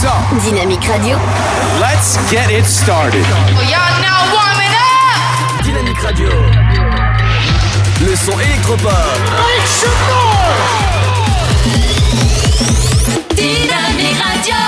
So, Dynamique Radio. let's get it started. Y'all now warming up. Dynamique Radio. Le son électropop. Dynamique Radio.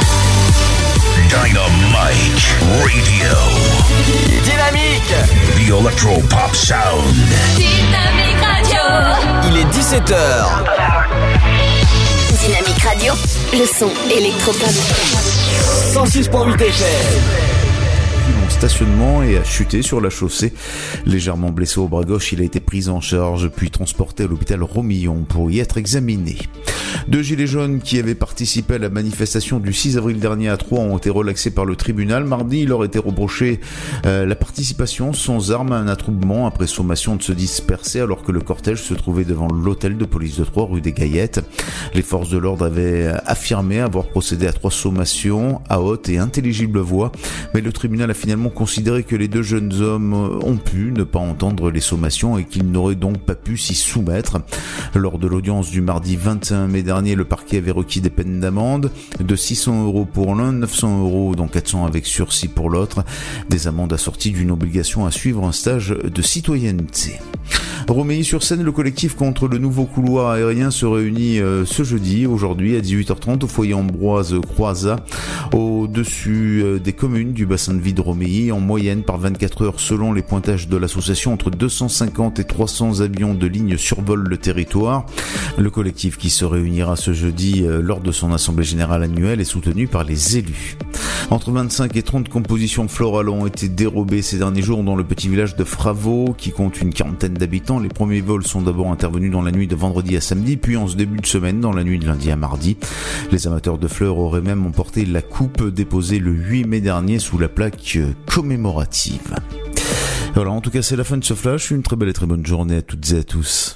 Dynamite Radio. Dynamique. The Electropop Sound. Dynamique Radio. Il est 17h. Dynamique Radio. Le son électropop. 106.8 FM. Mon stationnement et a chuté sur la chaussée. Légèrement blessé au bras gauche, il a été pris en charge puis transporté à l'hôpital Romillon pour y être examiné. Deux gilets jaunes qui avaient participé à la manifestation du 6 avril dernier à Troyes ont été relaxés par le tribunal. Mardi, il leur était reproché la participation sans armes à un attroupement après sommation de se disperser alors que le cortège se trouvait devant l'hôtel de police de Troyes, rue des Gaillettes. Les forces de l'ordre avaient affirmé avoir procédé à 3 sommations à haute et intelligible voix, mais le tribunal a finalement considéré que les deux jeunes hommes ont pu ne pas entendre les sommations et qu'ils n'auraient donc pas pu s'y soumettre. Lors de l'audience du mardi 21 mai dernier, le parquet avait requis des peines d'amende de 600 € pour l'un, 900 €, dont 400 avec sursis pour l'autre. Des amendes assorties d'une obligation à suivre un stage de citoyenneté. Romilly-sur-Seine, le collectif contre le nouveau couloir aérien se réunit ce jeudi, aujourd'hui à 18h30 au foyer Ambroise Croizat, au-dessus des communes du bassin de vie de Romilly, en moyenne par 24 heures selon les pointages de l'association. Entre 250 et 300 avions de ligne survolent le territoire. Le collectif qui se réunira ce jeudi lors de son assemblée générale annuelle est soutenu par les élus. Entre 25 et 30 compositions florales ont été dérobées ces derniers jours dans le petit village de Fravaux, qui compte une quarantaine d'habitants. Les premiers vols sont d'abord intervenus dans la nuit de vendredi à samedi, puis en ce début de semaine, dans la nuit de lundi à mardi. Les amateurs de fleurs auraient même emporté la coupe déposée le 8 mai dernier sous la plaque commémorative. Voilà, en tout cas, c'est la fin de ce flash. Une très belle et très bonne journée à toutes et à tous.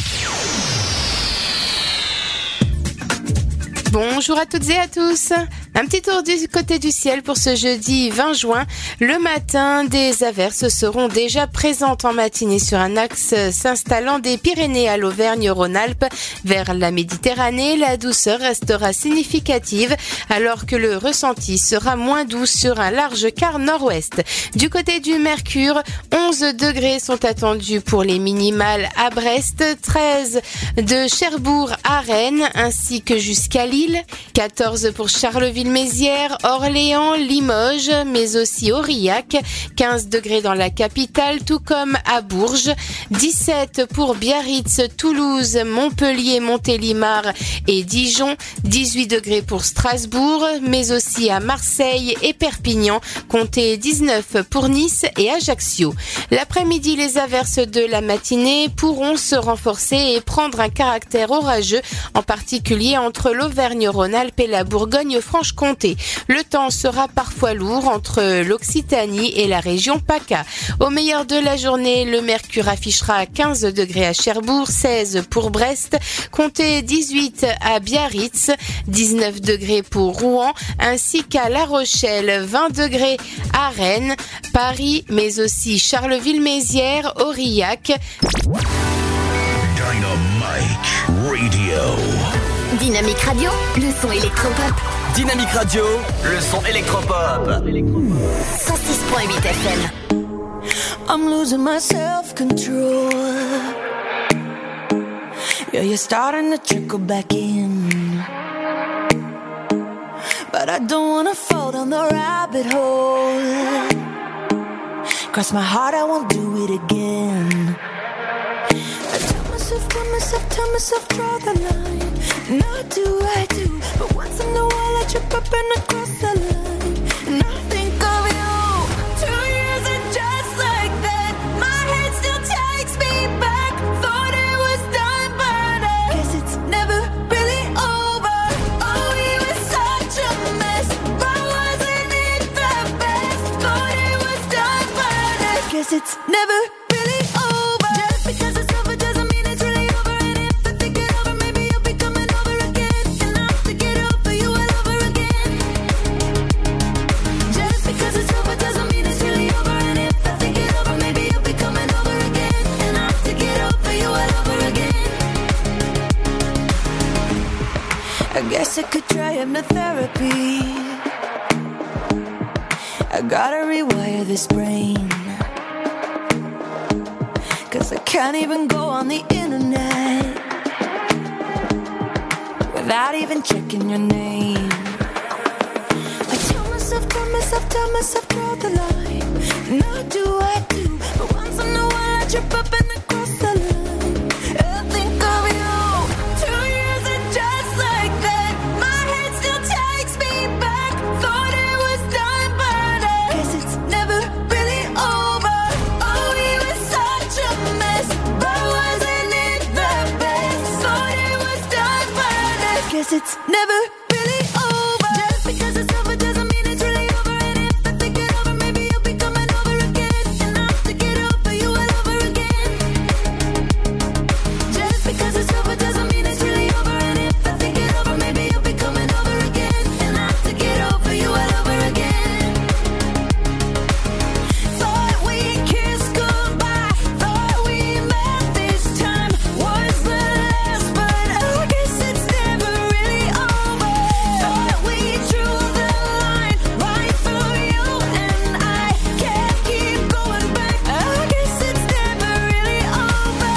Bonjour à toutes et à tous. Un petit tour du côté du ciel pour ce jeudi 20 juin. Le matin, des averses seront déjà présentes en matinée sur un axe s'installant des Pyrénées à l'Auvergne-Rhône-Alpes vers la Méditerranée. La douceur restera significative alors que le ressenti sera moins doux sur un large quart nord-ouest. Du côté du Mercure, 11 degrés sont attendus pour les minimales à Brest, 13 de Cherbourg à Rennes ainsi que jusqu'à Lille, 14 pour Charleville-Mézières, Orléans, Limoges, mais aussi Aurillac, 15 degrés dans la capitale, tout comme à Bourges, 17 pour Biarritz, Toulouse, Montpellier, Montélimar et Dijon, 18 degrés pour Strasbourg, mais aussi à Marseille et Perpignan, comptez 19 pour Nice et Ajaccio. L'après-midi, les averses de la matinée pourront se renforcer et prendre un caractère orageux, en particulier entre l'Auvergne-Rhône-Alpes et la Bourgogne-Franche-Comté. Le temps sera parfois lourd entre l'Occitanie et la région PACA. Au meilleur de la journée, le mercure affichera 15 degrés à Cherbourg, 16 pour Brest, comptez 18 à Biarritz, 19 degrés pour Rouen, ainsi qu'à La Rochelle, 20 degrés à Rennes, Paris, mais aussi Charleville-Mézières, Aurillac. Dynamite Radio. Dynamique Radio. Le son électropop. Dynamique Radio. Le son électropop. 106.8 FM. I'm losing my self-control. Yeah, you're starting to trickle back in, but I don't wanna fall down the rabbit hole. Cross my heart, I won't do it again. I tell myself, draw the line. Not do I do, but once in a while I trip up and I cross the line. And I think of you. 2 years and just like that, my head still takes me back. Thought it was done, but I guess it's never really over. Oh, we were such a mess, but wasn't it the best? Thought it was done, but I guess it's never really over. Just because it's over doesn't mean it's really over. And if I think it over, maybe you'll be coming over again. And I have to get over you all over again. Just because it's over doesn't mean it's really over. And if I think it over, maybe you'll be coming over again. And I have to get over you all over again. I guess I could try hypnotherapy. I gotta rewire this brain, 'cause I can't even go on the internet without even checking your name. I tell myself, draw the line. And I do, but once in a while I trip up and I cross the line. I think of you, 2 years and just like that, my head still takes me back. Thought it was done, but I guess it's never really over. Oh, we were such a mess, but wasn't it the best? Thought it was done, but I guess it's never really over. Just because it's over doesn't mean it's really over. And if I think it over, maybe you'll be coming over again. And I'll have to get over you all over again. Just because it's over doesn't mean it's really over. And if I think it over, maybe you'll be coming over again. And I'll have to get over you all over again. Thought we kissed goodbye, thought we met this time was the last, but I guess it's never really over. Thought we drew the line right through you, and I can't keep going back. I guess it's never really over.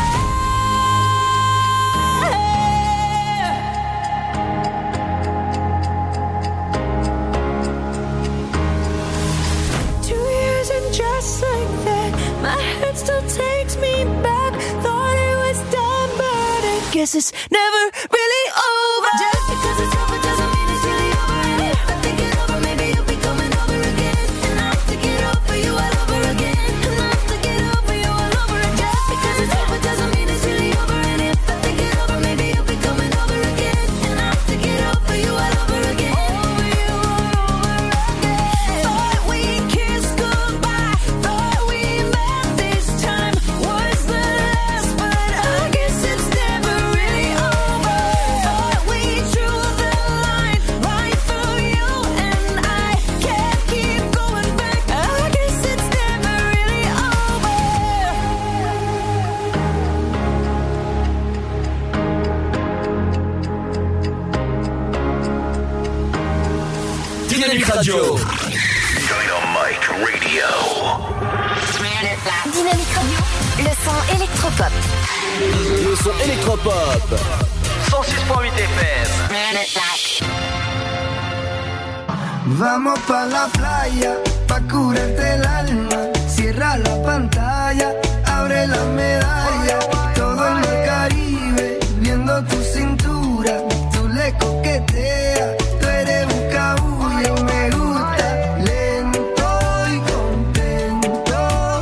2 years and just like that, my head still takes me back. Thought it was done, but I guess it's never really over. Just because it's over doesn't mean it's really over. And if I think it over, maybe you'll be coming over again. And I'll have to get over you all over again. And I'll have to get over you all over again. Just because it's over doesn't mean it's really over. And if I think it over, maybe you'll be coming over again. And I'll have to get over you all over again. Over you all over again. Thought we kissed goodbye, thought we met this time was the last, but I guess it's never really over. Thought we drew the line right through you, and I can't keep going back. I guess it's never really over. Dynamique Radio. Dynamite Radio. Dynamique Radio, le son électropop. Le son électropop. 106.8 FM. Vamos pa' la playa, pa' curarte el alma. Cierra la pantalla, abre la medalla. Todo en el Caribe, viendo tu cintura. Tú le coqueteas, tú eres un cabullo. Me gusta lento y contento.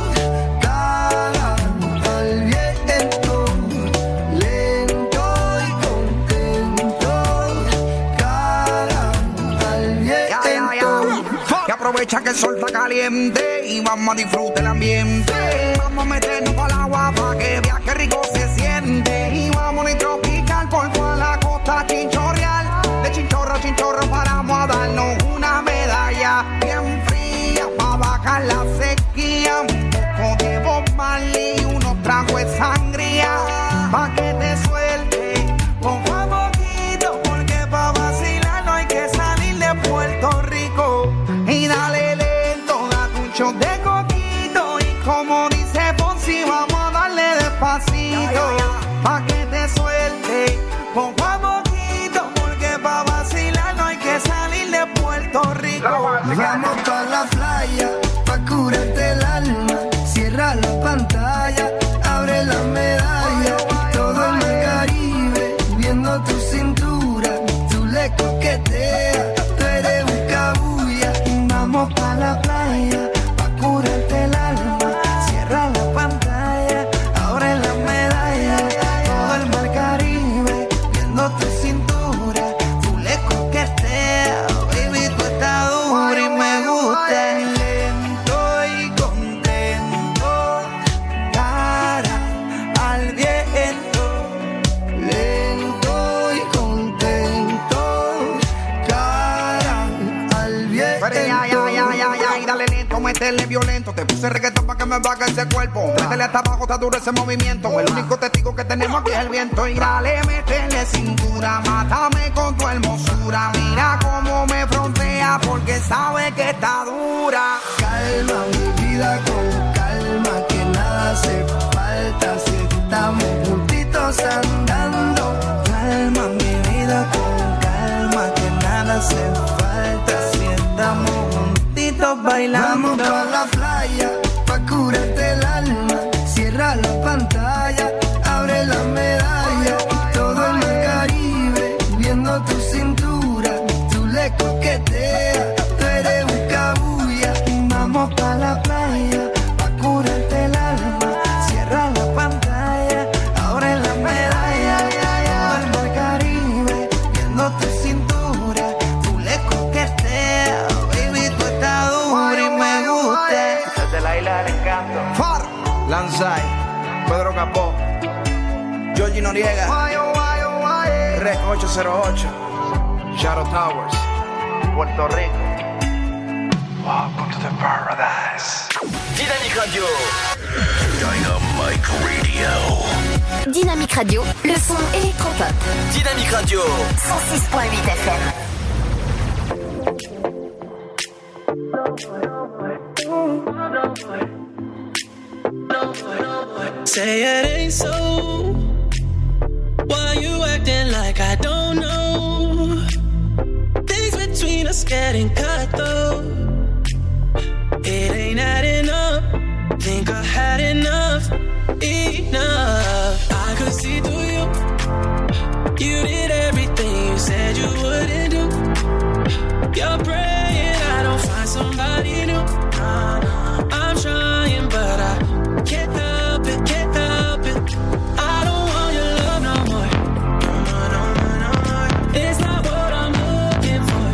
Cara al viento, lento y contento. Cara al viento. Que aprovecha que el sol está caliente y vamos a disfrutar el ambiente. Vamos a meternos al agua para que veas qué rico se siente. Y vamos a tropical por toda la costa chinchorreal. De chinchorro a chinchorro paramos a darnos una medalla bien fría para bajar la sequía. Un poco de Bob Marley y unos tragos de sangría pa' que te suelte. Poco a poquito, porque pa' vacilar no hay que salir de Puerto Rico. Y dale lento, date un shot de coquito. Y como dice Fonsi, vamos a darle despacito pa' que te suelte. Poco a poquito, porque pa' vacilar no hay que salir de Puerto Rico. Vamos pa' la playa, pa' curarte el alma. Cierra la pantalla, abre la medalla. Todo en el Caribe, viendo tu cintura. Tú le coqueteas, tú eres un cabulla. Vamos pa' la playa, pa' curarte el alma. Cierra la pantalla, abre la medalla. Todo el mar Caribe, viendo tu cintura. Tú le coqueteas, baby, tú estás dura y me gusta. Lento y contento, cara al viento. Lento y contento, cara al viento. Pero ya, dale lento, me meterle violento. Te puse reggaetón pa' que me baje ese cuerpo. Métele hasta abajo, está duro ese movimiento. El único testigo que tenemos aquí es el viento. Y dale, métele cintura, mátame con tu hermosura. Mira cómo me frontea porque sabe que está dura. Calma mi vida con calma, que nada hace falta si estamos juntitos andando. Calma mi vida con calma, que nada hace falta si estamos juntitos bailando. Vamos pa' la playa, pa' curarte el alma. Cierra la pantalla, abre la medalla. Todo el mar Caribe, viendo tu cintura. Tú le coqueteas, tú eres un cabulla. Vamos pa' la playa, pa' curarte el alma. Cierra la pantalla, abre la medalla. Todo el mar Caribe, viendo tu cintura. Tú le coqueteas, baby, tú estás dura y me gusta. Desde la isla del encanto. Far, Lanzai, Pedro Capó, Georgie Noriega, Rec 808, Shadow Towers, Puerto Rico. Welcome to the paradise. Dynamique Radio. Dynamique Radio. Dynamique Radio, le son électropop. Dynamique Radio. 106.8 FM. Say it ain't so. Why you acting like I don't know? Things between us getting cut though. It ain't adding up. Think I had enough. I could see through you. You did everything you said you wouldn't do. You're praying I don't find somebody new. I'm trying but I can't help it, can't help it. I don't want your love no more. No more, no more, no more. It's not what I'm looking for.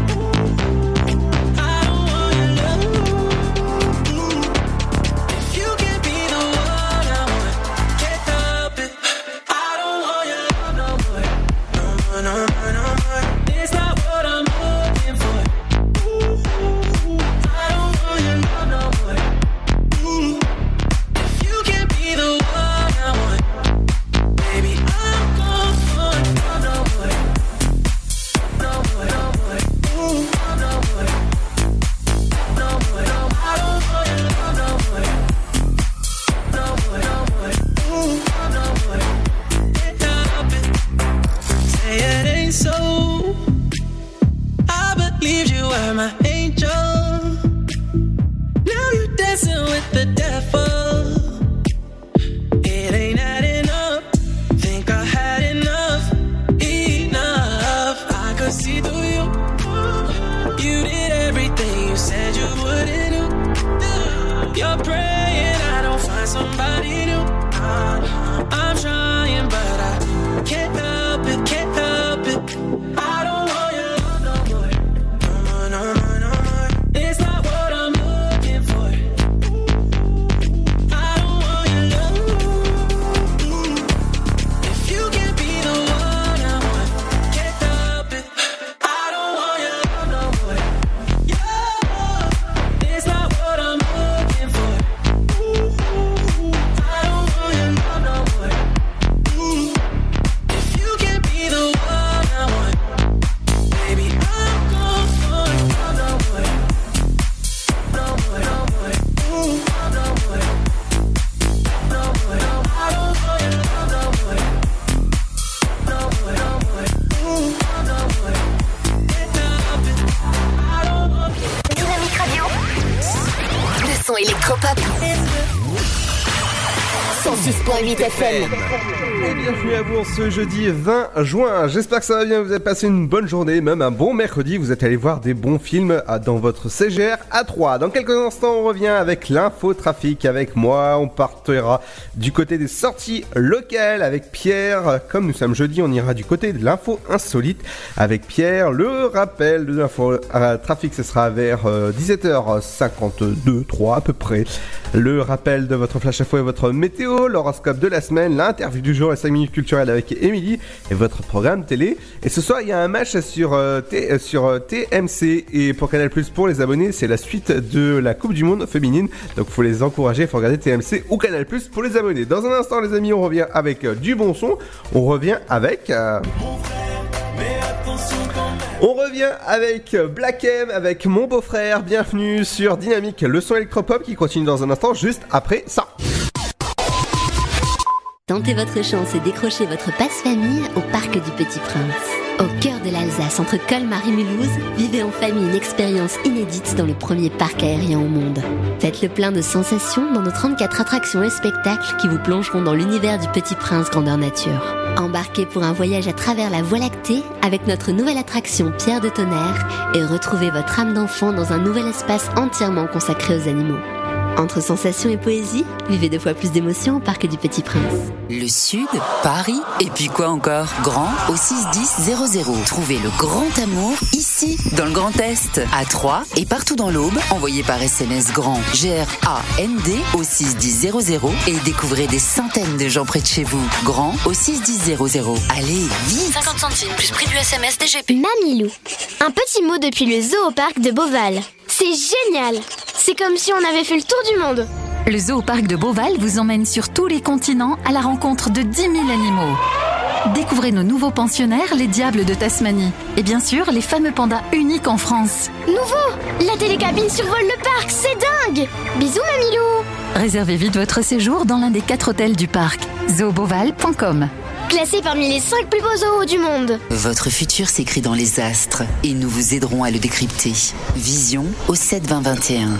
I don't want your love. If you can be the one I want, can't help it. I don't want your love no more. No more, no more, no more. It's not what I'm looking for. I don't want your love no more. If you can be the one I want, baby, I'm gone for love no more. No more, no more. No more. No more, no more. I don't want your love no more. No more, no more. No more. Can't help it. Say it ain't so. I believed you were my angel. Now you're dancing with the devil. It ain't adding up. Think I had enough. I could see through you. You did everything you said you wouldn't do. You're praying I don't find somebody new. I'm trying but I can't help it, can't help it. I don't want your love no more. No more, no more, no more. It's not what I'm looking for. I don't want your love. If you can be the one I want, can't help it. I don't want your love no more. Yeah, it's not what I'm looking for. I don't want your love no more. If you can be the one I want, baby, I'm gone for love no more. No more, no more. No more. No more, no more. I don't want your love no more. No more, no more. No more. Can't help it. I don't want Dynamique Radio, le son électropop. 106.8 FM. Et bienvenue à vous en ce jeudi 20 juin. J'espère que ça va bien, vous avez passé une bonne journée, même un bon mercredi. Vous êtes allé voir des bons films dans votre CGR A3. Dans quelques instants, on revient avec l'infotrafic. Avec moi, on partira du côté des sorties locales avec Pierre. Comme nous sommes jeudi, on ira du côté de l'info insolite avec Pierre. Le rappel de l'infotrafic, ce sera vers 17h52, 3 à peu près. Le rappel de votre flash info et votre météo. Le l'horoscope de la semaine, l'interview du jour, les 5 minutes culturelles avec Émilie et votre programme télé. Et ce soir, il y a un match sur TMC et pour Canal+, pour les abonnés, c'est la suite de la Coupe du Monde féminine. Donc il faut les encourager, il faut regarder TMC ou Canal+, pour les abonnés. Dans un instant, les amis, on revient avec du bon son. On revient avec... On revient avec Black M, avec mon beau-frère. Bienvenue sur Dynamique, le son électropop qui continue dans un instant, juste après ça. Tentez votre chance et décrochez votre passe-famille au Parc du Petit Prince. Au cœur de l'Alsace, entre Colmar et Mulhouse, vivez en famille une expérience inédite dans le premier parc aérien au monde. Faites le plein de sensations dans nos 34 attractions et spectacles qui vous plongeront dans l'univers du Petit Prince grandeur nature. Embarquez pour un voyage à travers la Voie lactée avec notre nouvelle attraction Pierre de Tonnerre et retrouvez votre âme d'enfant dans un nouvel espace entièrement consacré aux animaux. Entre sensations et poésie, vivez 2 fois plus d'émotions au Parc du Petit Prince. Le Sud, Paris, et puis quoi encore? Grand au 61000. Trouvez le grand amour ici, dans le Grand Est, à Troyes et partout dans l'Aube. Envoyez par SMS GRAND, G-R-A-N-D au 61000 et découvrez des centaines de gens près de chez vous. Grand au 61000. Allez, vite! 50 centimes plus prix du SMS DGP. Mamilou. Un petit mot depuis le zoo au parc de Beauval. C'est génial! C'est comme si on avait fait le tour du monde. Le zoo au parc de Beauval vous emmène sur tous les continents à la rencontre de 10 000 animaux. Découvrez nos nouveaux pensionnaires, les diables de Tasmanie. Et bien sûr, les fameux pandas uniques en France. Nouveau! La télécabine survole le parc, c'est dingue! Bisous Mamilou! Réservez vite votre séjour dans l'un des 4 hôtels du parc. zooboval.com. Classé parmi les 5 plus beaux zoos du monde. Votre futur s'écrit dans les astres et nous vous aiderons à le décrypter. Vision au 72021.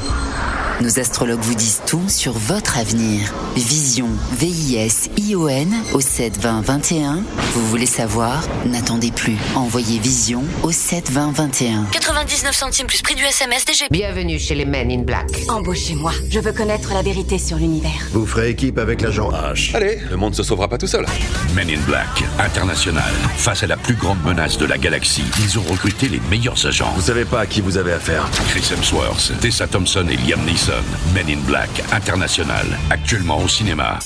Nos astrologues vous disent tout sur votre avenir. Vision, V-I-S-I-O-N au 72021. Vous voulez savoir? N'attendez plus. Envoyez Vision au 72021. 99 centimes plus prix du SMS DGP. Bienvenue chez les Men in Black. Embauchez-moi. Je veux connaître la vérité sur l'univers. Vous ferez équipe avec l'agent H. Allez, le monde se sauvera pas tout seul. Men in Black, international. Face à la plus grande menace de la galaxie, ils ont recruté les meilleurs agents. Vous savez pas à qui vous avez affaire. Chris Hemsworth, Tessa Thompson et Liam Neeson. Men in Black, international. Actuellement au cinéma.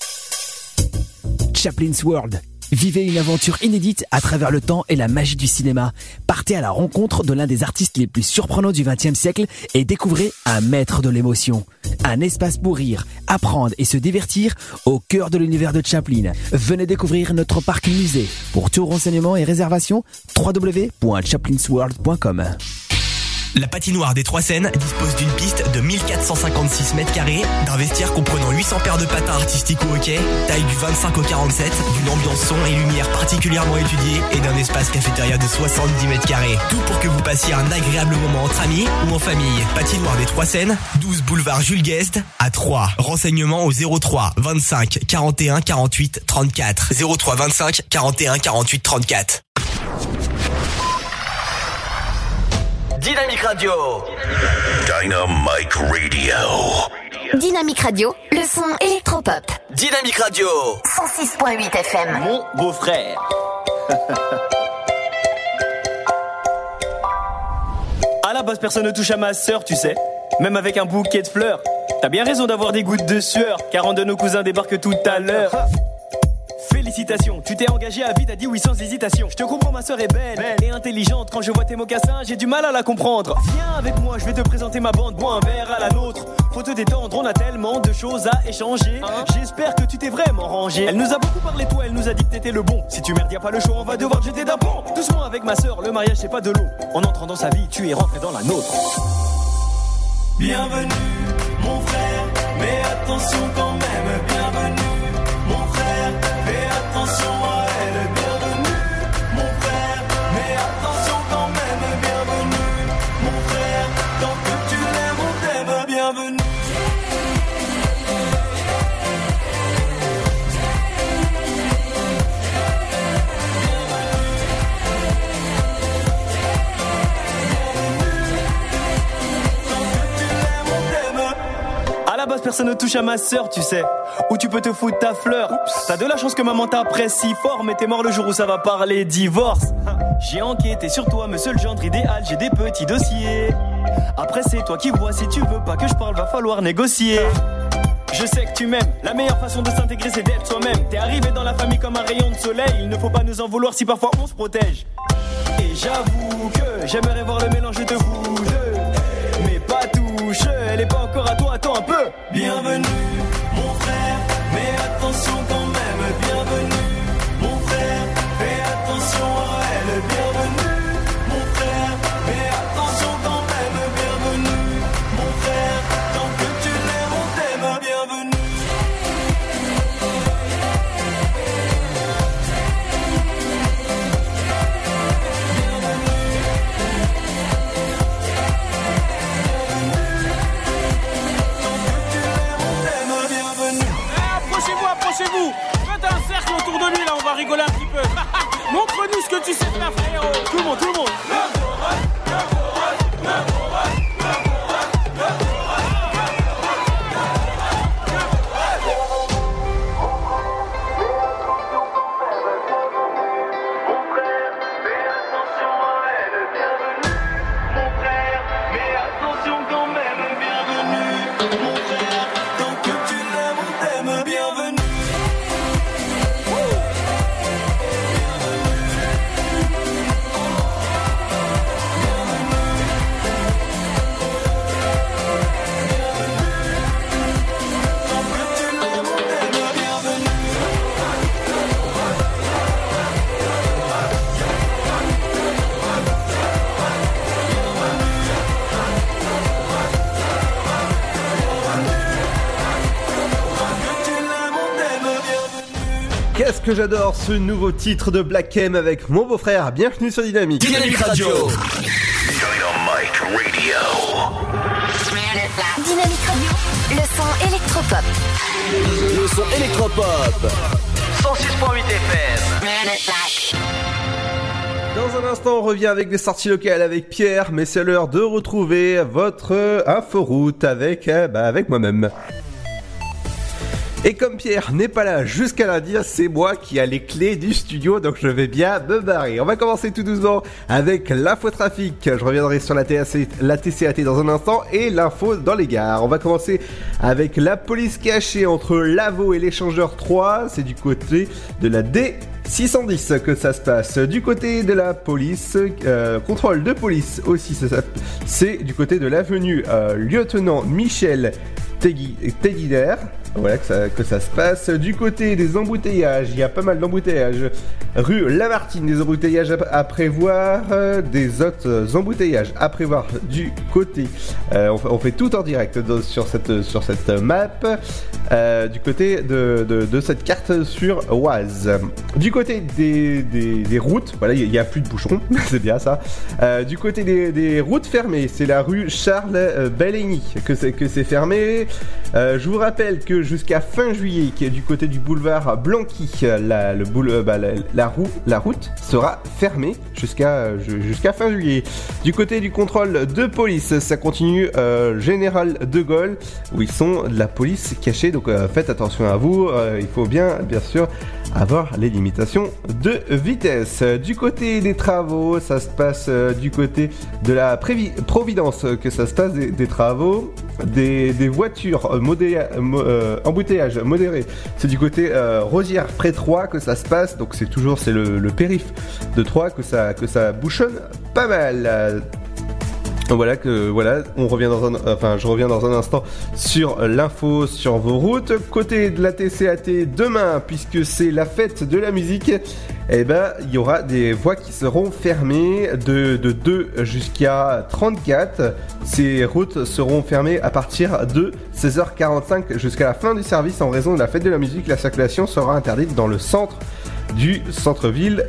Chaplin's World. Vivez une aventure inédite à travers le temps et la magie du cinéma. Partez à la rencontre de l'un des artistes les plus surprenants du XXe siècle et découvrez un maître de l'émotion. Un espace pour rire, apprendre et se divertir au cœur de l'univers de Chaplin. Venez découvrir notre parc musée. Pour tout renseignement et réservation, www.chaplinsworld.com. La patinoire des Trois Seines dispose d'une piste de 1456 mètres carrés, d'un vestiaire comprenant 800 paires de patins artistiques au hockey, taille du 25 au 47, d'une ambiance son et lumière particulièrement étudiée et d'un espace cafétéria de 70 mètres carrés. Tout pour que vous passiez un agréable moment entre amis ou en famille. Patinoire des Trois Seines, 12 boulevard Jules Guest à Troyes. Renseignements au 03 25 41 48 34. 03 25 41 48 34. Dynamique Radio. Dynamique Radio. Dynamique Radio, le son électropop. Dynamique Radio. 106.8 FM. Mon beau-frère. À la base, personne ne touche à ma sœur, tu sais. Même avec un bouquet de fleurs. T'as bien raison d'avoir des gouttes de sueur, car un de nos cousins débarque tout à l'heure. Félicitations, tu t'es engagé à vie, t'as dit oui sans hésitation. Je te comprends, ma sœur est belle et intelligente. Quand je vois tes mocassins, j'ai du mal à la comprendre. Viens avec moi, je vais te présenter ma bande. Bois un verre à la nôtre. Faut te détendre, on a tellement de choses à échanger. J'espère que tu t'es vraiment rangé. Elle nous a beaucoup parlé, toi, elle nous a dit que t'étais le bon. Si tu merdes, y'a pas le choix, on va devoir te jeter d'un pont. Doucement avec ma sœur, le mariage c'est pas de l'eau. En entrant dans sa vie, tu es rentré dans la nôtre. Bienvenue, mon frère, mais attention quand même, bienvenue, mon frère, fais attention à elle, bienvenue, mon frère, mais attention quand même, bienvenue, mon frère, tant que tu l'aimes, on t'aime, bienvenue. À la base, personne ne touche à ma sœur, tu sais. Où tu peux te foutre ta fleur. T'as de la chance que maman t'apprécie fort, mais t'es mort le jour où ça va parler divorce. J'ai enquêté sur toi, monsieur le gendre idéal, j'ai des petits dossiers. Après, c'est toi qui vois, si tu veux pas que je parle, va falloir négocier. Je sais que tu m'aimes, la meilleure façon de s'intégrer c'est d'être soi-même. T'es arrivé dans la famille comme un rayon de soleil. Il ne faut pas nous en vouloir si parfois on se protège. Et j'avoue que j'aimerais voir le mélange de vous deux, mais pas touche, elle est pas encore à toi, attends un peu. Bienvenue mon frère, mais attention quand même. Bienvenue mon frère, fais attention à elle. Bienvenue mon frère, mais attention quand même. Bienvenue mon frère, tant que tu l'aimes on t'aime. Bienvenue. Approchez-vous, faites un cercle autour de lui là, on va rigoler un petit peu. Montre-nous ce que tu sais faire, frérot. Tout le monde, tout le monde. Qu'est-ce que j'adore ce nouveau titre de Black M avec mon beau-frère. Bienvenue sur Dynamique. Dynamique Radio. Dynamique Radio, le son électropop. Le son électropop. 106.8 FM. Dans un instant, on revient avec des sorties locales avec Pierre, mais c'est l'heure de retrouver votre inforoute avec moi-même. Et comme Pierre n'est pas là jusqu'à lundi, c'est moi qui a les clés du studio, donc je vais bien me barrer. On va commencer tout doucement avec l'infotrafic. Je reviendrai sur la TCAT dans un instant et l'info dans les gares. On va commencer avec la police cachée entre Lavaux et l'échangeur 3. C'est du côté de la D610 que ça se passe. Du côté de la police, contrôle de police aussi, c'est du côté de l'avenue Lieutenant Michel Teguider. Voilà que ça se passe. Du côté des embouteillages, il y a pas mal d'embouteillages. Rue Lamartine, des embouteillages à prévoir, des autres embouteillages à prévoir du côté. On fait tout en direct sur cette map. Du côté de cette carte sur Oise. Du côté des routes, voilà, il y a plus de bouchons, c'est bien ça. Du côté des routes fermées, c'est la rue Charles Belligny que c'est fermé. Je vous rappelle que jusqu'à fin juillet, qui est du côté du boulevard Blanqui, la route sera fermée jusqu'à fin juillet. Du côté du contrôle de police, ça continue Général de Gaulle, où ils sont de la police cachée, donc faites attention à vous, il faut bien sûr avoir les limitations de vitesse. Du côté des travaux, ça se passe du côté de la Providence que ça se passe des travaux, des voitures embouteillage modéré. C'est du côté Rosière près Troyes que ça se passe, donc c'est le périph' de Troyes que ça bouchonne pas mal. Voilà, je reviens dans un instant sur l'info sur vos routes. Côté de la TCAT demain, puisque c'est la fête de la musique, il y aura des voies qui seront fermées de 2 jusqu'à 34. Ces routes seront fermées à partir de 16h45 jusqu'à la fin du service en raison de la fête de la musique. La circulation sera interdite dans le centre du centre-ville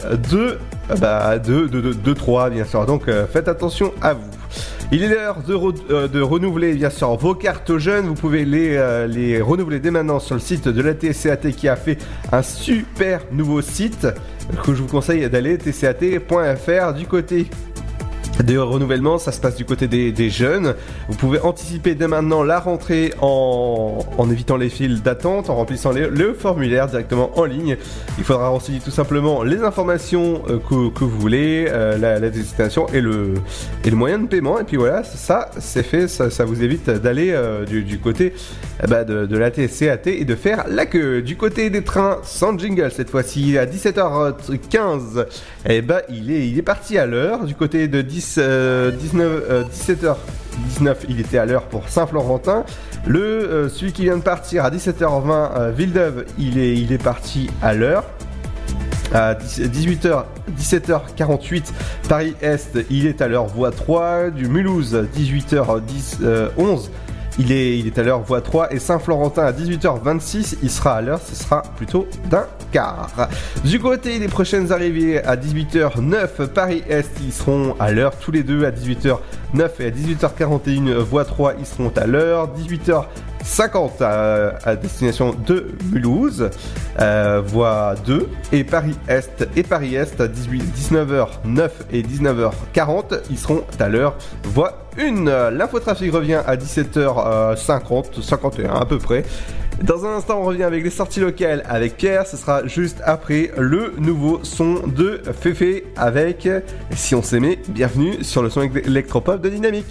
de Troyes, bien sûr. Donc faites attention à vous. Il est l'heure de renouveler bien sûr vos cartes jeunes. Vous pouvez les renouveler dès maintenant sur le site de la TCAT qui a fait un super nouveau site que je vous conseille d'aller tcat.fr. Du côté de renouvellement, ça se passe du côté des jeunes. Vous pouvez anticiper dès maintenant la rentrée en évitant les files d'attente, en remplissant le formulaire directement en ligne. Il faudra renseigner tout simplement les informations que vous voulez, la destination et le moyen de paiement. Et puis voilà, ça c'est fait, ça vous évite d'aller du côté de la TSCAT et de faire la queue. Du côté des trains, sans jingle cette fois-ci, à 17h15, il est parti à l'heure. Du côté de 17h19, il était à l'heure pour Saint-Florentin. Celui qui vient de partir à 17h20, Villeneuve, il est parti à l'heure. À 17h48, Paris-Est, il est à l'heure, voie 3. Du Mulhouse, 18h11, il est à l'heure, voie 3. Et Saint-Florentin, à 18h26, il sera à l'heure, ce sera plutôt d'un quart. Du côté des prochaines arrivées, à 18h09, Paris-Est, ils seront à l'heure, tous les deux à 18h09 et à 18h41, voie 3, ils seront à l'heure. 18h50 à destination de Mulhouse, voie 2, et Paris-Est à 19h09 et 19h40, ils seront à l'heure, voie 1. L'infotrafic revient à 17h50, 51 à peu près. Dans un instant, on revient avec les sorties locales avec Pierre. Ce sera juste après le nouveau son de Féfé avec Si on s'aimait. Bienvenue sur le son électropop de Dynamique.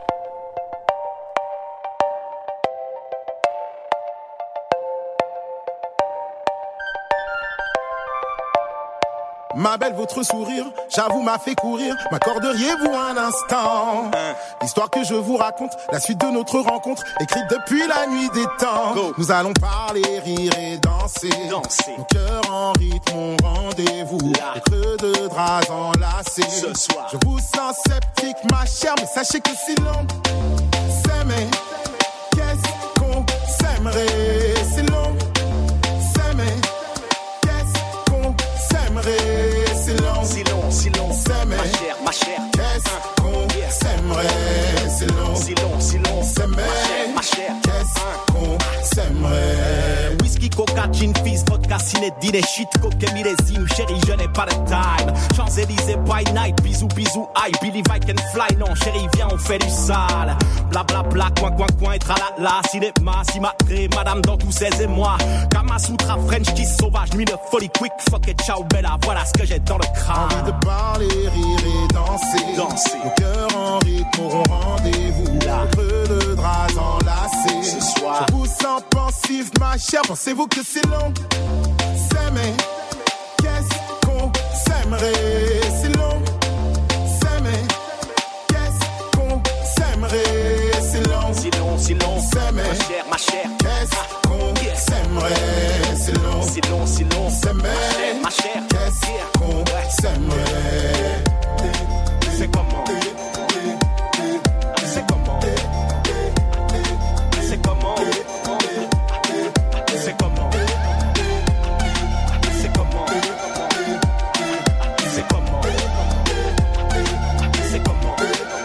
Ma belle, votre sourire, j'avoue, m'a fait courir. M'accorderiez-vous un instant? L'histoire que je vous raconte, la suite de notre rencontre, écrite depuis la nuit des temps. Go. Nous allons parler, rire et danser. Nos cœurs en rythme, mon rendez-vous. Les creux de draps enlacés. Ce soir, je vous sens sceptique, ma chère, mais sachez que si l'on s'aimait, qu'est-ce qu'on s'aimerait? Si l'on s'aimait, qu'est-ce qu'on s'aimerait? Si l'on s'aimait, ma chère, qu'est-ce qu'on s'aimerait? Si l'on s'aimait, ma chère, qu'est-ce qu'on s'aimerait? Whisky, coca, gin, fizz, vodka, ciné, dîner, shit, coca, millésime, chérie, je n'ai pas de time. Champs-Élysées by night, bisous, bisous, aïe, Believe I can fly, non, chérie, viens, on fait du sale. Bla bla bla, coin, coin, coin, et tralala, cinéma, cimatré, madame dans tous ses émois. Kamasutra, French kiss sauvage, nuit de folie, quick, fuck et ciao, bella, voilà ce que j'ai dans le crâne. Envie de parler, rire et danser. Nos cœurs en rythme auront rendez-vous. Là, creux de draps enlacés. Ce soir, je vous sens pensif, ma chère. Pensez-vous que c'est long? S'aimer, qu'est-ce qu'on s'aimerait? Si l'on s'aimait, qu'est-ce qu'on s'aimerait? Si l'on s'aimait, ma chère, qu'est-ce qu'on s'aimerait? Si l'on s'aimait, ma chère, qu'est-ce qu'on s'aimerait? C'est comment? C'est comment? C'est comment? C'est comment? C'est comment? C'est comment? C'est comment?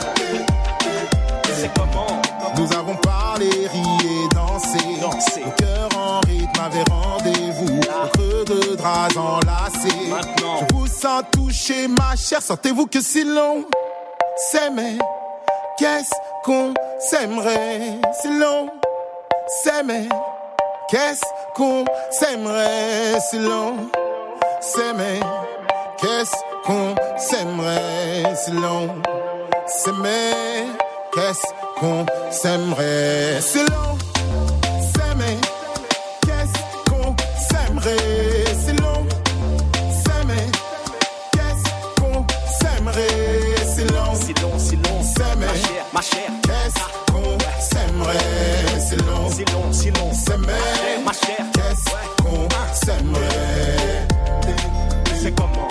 C'est comment? Nous avons parlé, ri et dansé. Nos cœurs en rythme avaient rendez-vous. Au creux de draps enlacés. Maintenant, je vous sens toucher, ma chère. Sentez-vous que si l'on s'aimait, qu'est-ce qu'on s'aimerait? Si l'on s'aimait, qu'est-ce qu'on s'aimerait? Si l'on s'aimait, qu'est-ce qu'on s'aimerait? Si l'on s'aimait, qu'est-ce qu'on s'aimerait? Si l'on s'aimait, qu'est-ce qu'on s'aimerait? Si l'on s'aimait, qu'est-ce qu'on s'aimerait? Si l'on s'aimait, ma chère, qu'est-ce qu'on s'aimerait? Si l'on s'aimait, ma chère, qu'est-ce qu'on s'aimerait? C'est comment?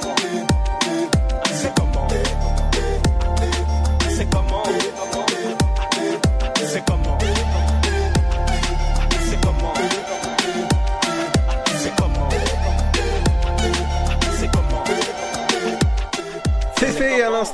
C'est comment? C'est comment? C'est comment? C'est comment? C'est comment?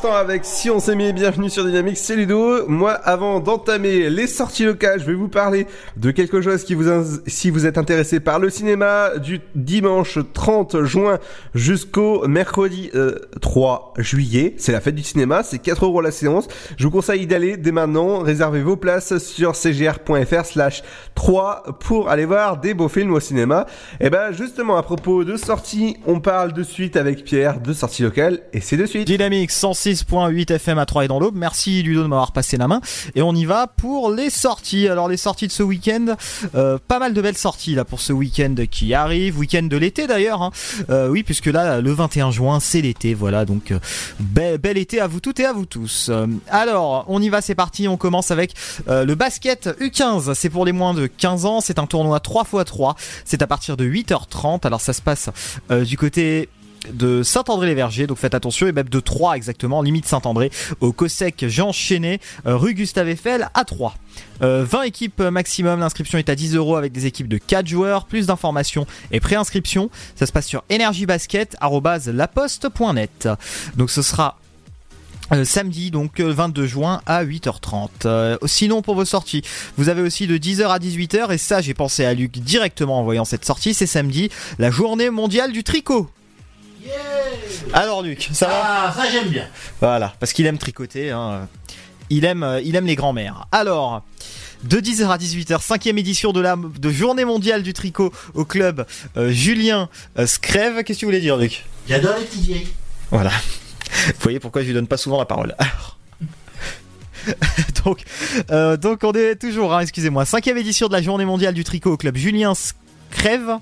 l'instant avec Si on s'aimait, bienvenue sur Dynamique, c'est Ludo. Moi, avant d'entamer les sorties locales, je vais vous parler de quelque chose qui si vous êtes intéressé par le cinéma, du dimanche 30 juin jusqu'au mercredi 3 juillet. C'est la fête du cinéma, c'est 4 € la séance. Je vous conseille d'aller dès maintenant, réservez vos places sur cgr.fr/3 pour aller voir des beaux films au cinéma. Et ben justement, à propos de sorties, on parle de suite avec Pierre de sorties locales et c'est de suite. Dynamique 106.8 FM à 3 et dans l'Aube. Merci Ludo de m'avoir passé la main. Et on y va pour les sorties. Alors les sorties de ce week-end, pas mal de belles sorties là pour ce week-end qui arrive, week-end de l'été d'ailleurs. Hein. Oui, puisque là le 21 juin c'est l'été, voilà donc bel été à vous toutes et à vous tous. Alors on y va, c'est parti. On commence avec le basket U15. C'est pour les moins de 15 ans. C'est un tournoi 3x3. C'est à partir de 8h30. Alors ça se passe du côté de Saint-André-les-Vergers, donc faites attention, et même de 3 exactement, limite Saint-André, au Cossec Jean Chénet, rue Gustave Eiffel à 3. 20 équipes maximum, l'inscription est à 10 € avec des équipes de 4 joueurs, plus d'informations et préinscription, ça se passe sur energiebasket@laposte.net. Donc ce sera samedi donc 22 juin à 8h30. Sinon pour vos sorties, vous avez aussi de 10h à 18h, et ça j'ai pensé à Luc directement en voyant cette sortie, c'est samedi, la journée mondiale du tricot. Yeah. Alors Luc, ça va ? Ah, ça j'aime bien. Voilà, parce qu'il aime tricoter, hein. Il aime les grands-mères. Alors, de 10h à 18h, 5e édition de Journée mondiale du tricot au club Julien Scrève. Qu'est-ce que tu voulais dire, Luc ? J'adore les petites vieilles. Voilà. Vous voyez pourquoi je lui donne pas souvent la parole. Alors... donc on est toujours, hein, excusez-moi, 5e édition de la Journée mondiale du tricot au club Julien Scrève.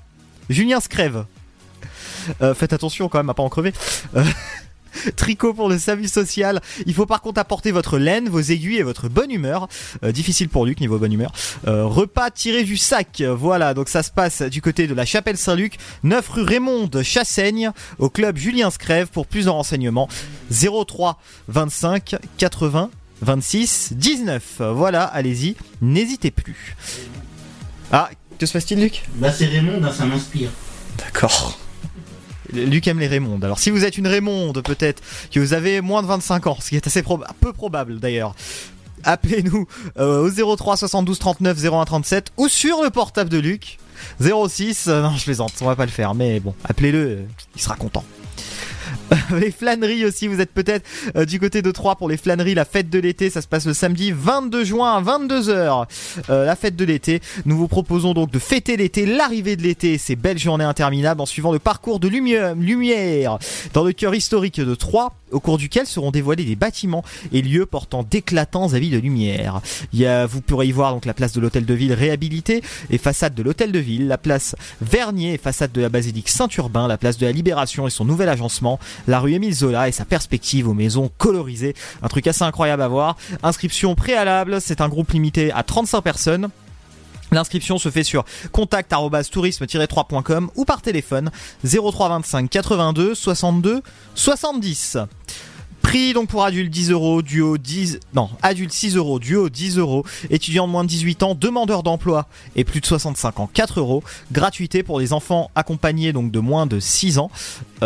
Faites attention quand même à pas en crever. Tricot pour le SAMU social. Il faut par contre apporter votre laine, vos aiguilles et votre bonne humeur. Difficile pour Luc niveau bonne humeur. Repas tiré du sac. Voilà, donc ça se passe du côté de la Chapelle Saint-Luc, 9 rue Raymond de Chassaigne, au club Julien Scrève. Pour plus de renseignements, 03 25 80 26 19. Voilà, allez-y, n'hésitez plus. Ah, que se passe-t-il, Luc ? Bah c'est Raymond, hein, ça m'inspire. D'accord. Luc aime les Raymondes. Alors si vous êtes une Raymonde, peut-être que vous avez moins de 25 ans, ce qui est assez peu probable d'ailleurs, appelez-nous au 03 72 39 01 37 ou sur le portable de Luc 06, non je plaisante, on va pas le faire, mais bon, appelez-le, il sera content. Les flâneries aussi, vous êtes peut-être du côté de Troyes pour les flâneries, la fête de l'été, ça se passe le samedi 22 juin à 22h. La fête de l'été, nous vous proposons donc de fêter l'été, l'arrivée de l'été, ces belles journées interminables en suivant le parcours de lumière dans le cœur historique de Troyes, au cours duquel seront dévoilés des bâtiments et lieux portant d'éclatants avis de lumière. Vous pourrez y voir donc la place de l'hôtel de ville réhabilitée et façade de l'hôtel de ville, la place Vernier et façade de la basilique Saint-Urbain, la place de la Libération et son nouvel agencement, la rue Émile Zola et sa perspective aux maisons colorisées. Un truc assez incroyable à voir. Inscription préalable, c'est un groupe limité à 35 personnes. L'inscription se fait sur contact@tourisme-3.com ou par téléphone 03 25 82 62 70. Prix donc pour adulte 10 €, duo 10... Non, adulte 6 €, duo 10 €, étudiant de moins de 18 ans, demandeur d'emploi et plus de 65 ans 4 €, gratuité pour les enfants accompagnés donc de moins de 6 ans,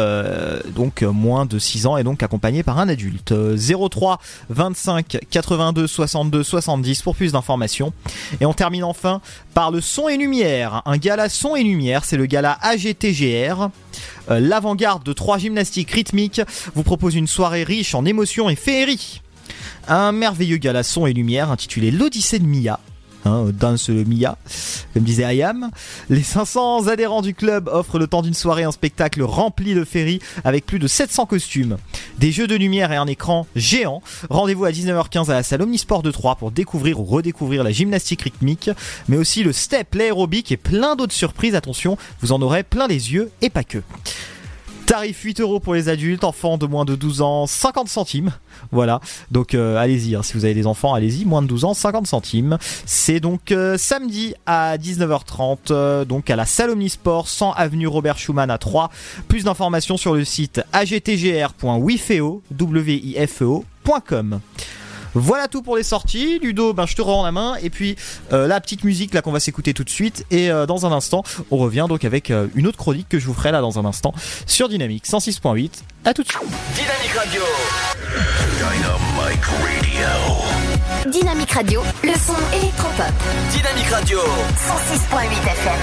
moins de 6 ans et donc accompagnés par un adulte. 03 25 82 62 70 pour plus d'informations. Et on termine enfin par le son et lumière, un gala son et lumière, c'est le gala AGTGR. L'avant-garde de 3 gymnastiques rythmiques vous propose une soirée riche en émotions et féerie. Un merveilleux gala son et lumière intitulé l'Odyssée de Mia. Danse Mia, comme disait Ayam. Les 500 adhérents du club offrent le temps d'une soirée un spectacle rempli de féerie avec plus de 700 costumes, des jeux de lumière et un écran géant. Rendez-vous à 19h15 à la salle Omnisport de Troyes pour découvrir ou redécouvrir la gymnastique rythmique, mais aussi le step, l'aérobic et plein d'autres surprises. Attention, vous en aurez plein les yeux et pas que. Tarif 8 € pour les adultes, enfants de moins de 12 ans, 50 centimes. Voilà, donc allez-y, si vous avez des enfants, allez-y, moins de 12 ans, 50 centimes. C'est donc samedi à 19h30, donc à la salle Omnisport, 100 avenue Robert Schumann à Troyes. Plus d'informations sur le site agtgr.wifeo.com. Voilà tout pour les sorties. Ludo, je te rends la main. Et puis la petite musique là qu'on va s'écouter tout de suite. Et dans un instant, on revient donc avec une autre chronique que je vous ferai là dans un instant sur Dynamique 106.8. À tout de suite. Dynamique Radio. Dynamic Radio. Dynamique Radio, le son électropop. Dynamique Radio. 106.8 FM.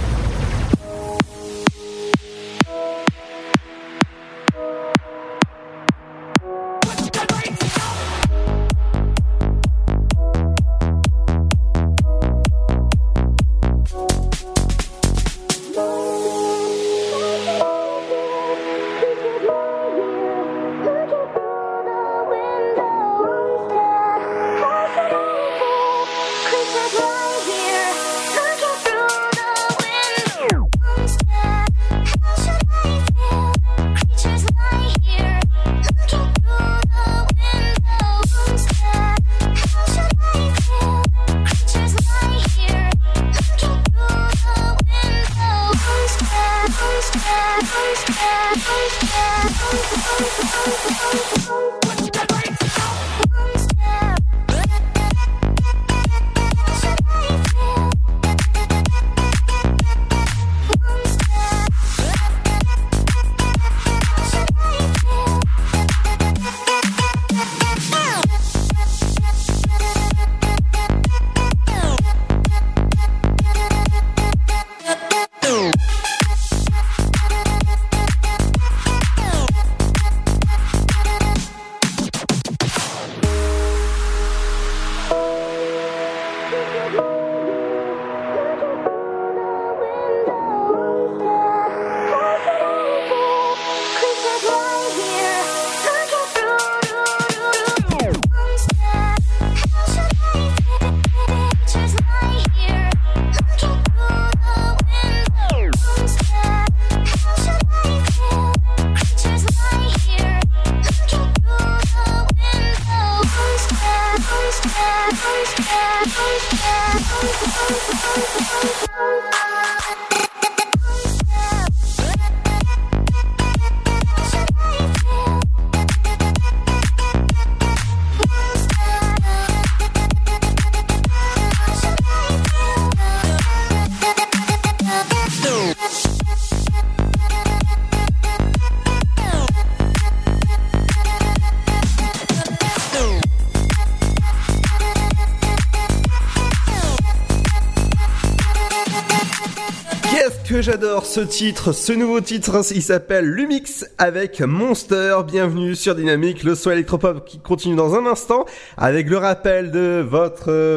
Que j'adore ce titre, ce nouveau titre, il s'appelle Lumix avec Monster. Bienvenue sur Dynamique, le son électropop qui continue dans un instant avec le rappel de votre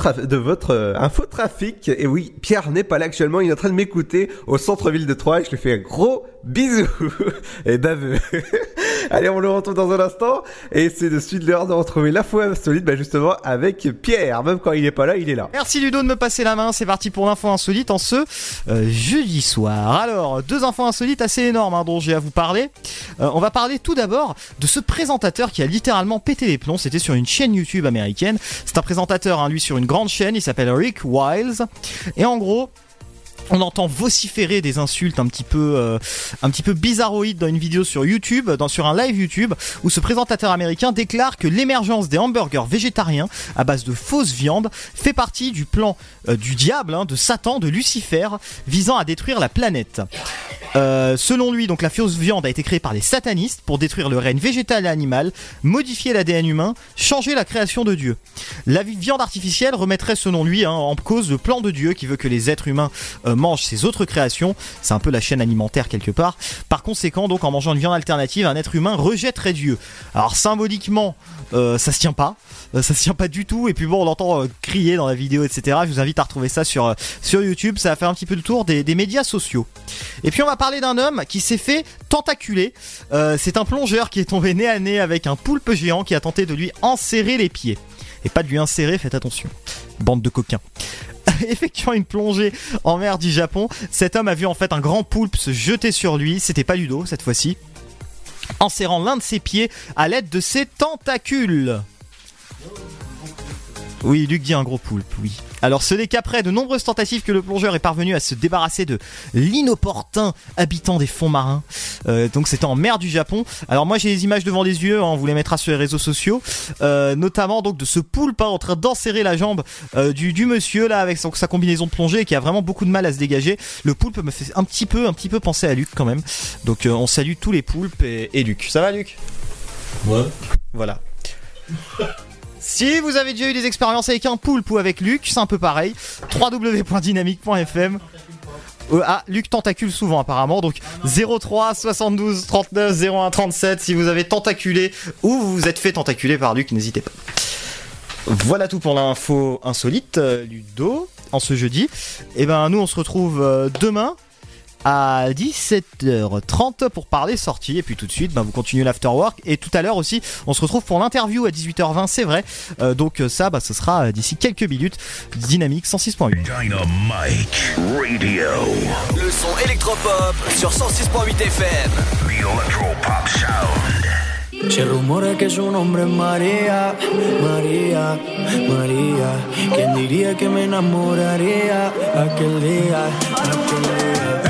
infotrafic. Et oui, Pierre n'est pas là actuellement, il est en train de m'écouter au centre-ville de Troyes et je lui fais un gros bisou et baveux. Allez, on le retrouve dans un instant et c'est de suite l'heure de retrouver l'info insolite, justement avec Pierre. Même quand il est pas là, il est là. Merci Ludo de me passer la main, c'est parti pour l'info insolite en ce jeudi soir. Alors, deux infos insolites assez énormes dont j'ai à vous parler. On va parler tout d'abord de ce présentateur qui a littéralement pété les plombs. C'était sur une chaîne YouTube américaine. C'est un présentateur, lui, sur une grande chaîne. Il s'appelle Rick Wiles. Et en gros, on entend vociférer des insultes un petit peu bizarroïdes dans une vidéo sur YouTube, sur un live YouTube, où ce présentateur américain déclare que l'émergence des hamburgers végétariens à base de fausse viande fait partie du plan du diable, de Satan, de Lucifer, visant à détruire la planète. Selon lui, donc la fausse viande a été créée par les satanistes pour détruire le règne végétal et animal, modifier l'ADN humain, changer la création de Dieu. La viande artificielle remettrait selon lui en cause le plan de Dieu qui veut que les êtres humains mangent ses autres créations. C'est un peu la chaîne alimentaire quelque part. Par conséquent, donc en mangeant une viande alternative, un être humain rejetterait Dieu. Alors symboliquement, ça se tient pas. Ça se tient pas du tout. Et puis bon, on l'entend crier dans la vidéo, etc. Je vous invite à retrouver ça sur YouTube. Ça va faire un petit peu le tour des médias sociaux. Et puis on va parler d'un homme qui s'est fait tentaculer. C'est un plongeur qui est tombé nez à nez avec un poulpe géant qui a tenté de lui enserrer les pieds. Et pas de lui insérer, faites attention. Bande de coquins. Effectuant une plongée en mer du Japon, cet homme a vu en fait un grand poulpe se jeter sur lui. C'était pas Ludo cette fois-ci. En serrant l'un de ses pieds à l'aide de ses tentacules. Oui, Luc dit un gros poulpe, oui. Alors ce n'est qu'après de nombreuses tentatives que le plongeur est parvenu à se débarrasser de l'inopportun habitant des fonds marins. Donc c'était en mer du Japon. Alors moi j'ai les images devant les yeux, on vous les mettra sur les réseaux sociaux. Notamment donc de ce poulpe en train d'enserrer la jambe du monsieur là avec sa combinaison de plongée et qui a vraiment beaucoup de mal à se dégager. Le poulpe me fait un petit peu penser à Luc quand même. Donc on salue tous les poulpes et Luc. Ça va Luc ? Ouais. Voilà. Si vous avez déjà eu des expériences avec un poulpe ou avec Luc, c'est un peu pareil. www.dynamique.fm. Luc tentacule souvent apparemment, donc 03 72 39 01 37 si vous avez tentaculé ou vous vous êtes fait tentaculer par Luc, n'hésitez pas. Voilà tout pour l'info insolite, Ludo, en ce jeudi. Et ben nous on se retrouve demain à 17h30 pour parler sortie, et puis tout de suite vous continuez l'afterwork, et tout à l'heure aussi on se retrouve pour l'interview à 18h20, c'est vrai, donc ça ce sera d'ici quelques minutes. Dynamique 106.8 Dynamite Radio. Le son électropop sur 106.8 FM. The Electropop Sound. Se rumora que su nombre es María, María, María. ¿Quién diría que me enamoraría aquel día, aquel día?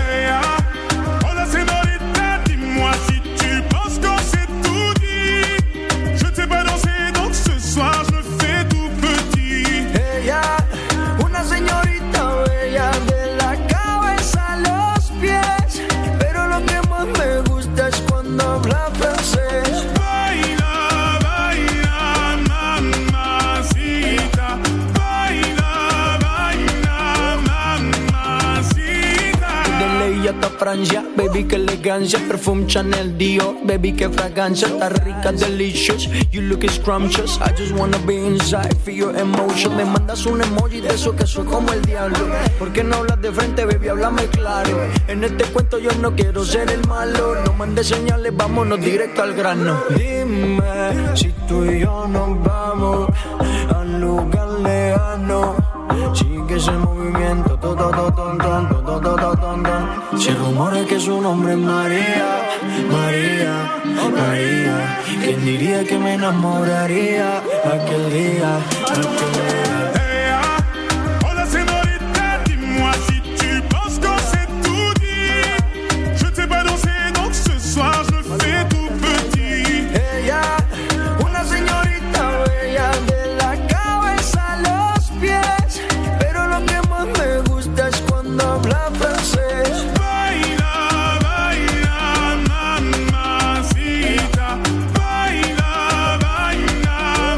Moi si tu penses qu'on s'est tout dit. Je t'ai pas dansé donc ce soir je me fais tout petit. Ella, una señorita bella de la cabeza a los pies. Pero lo que más me gusta es cuando habla francés. Baila, baila, mamacita. Baila, baila, mamacita. De ley hasta Francia, baby, que elegancia. Perfume Chanel, Dior, baby, que fragancia. Está rica, delicious, you look scrumptious. I just wanna be inside, feel your emotion. Me mandas un emoji de eso que soy como el diablo. ¿Por qué no hablas de frente, baby? Háblame claro. En este cuento yo no quiero ser el malo. No mandes señales, vámonos directo al grano. Dime si tú y yo nos vamos a un lugar lejano. Sigue ese movimiento, se rumora que su nombre es María, María, María. ¿Quién diría que me enamoraría aquel día, aquel día? Hola señorita, dis-moi si tu penses qu'on s'est tout dit. Je t'ai pas dansé donc ce soir je me fais tout petit. Ella, una señorita bella de la cabeza a los pies. Pero lo que más me gusta es cuando habla francés. Baila, baila, mamacita. Baila, baila,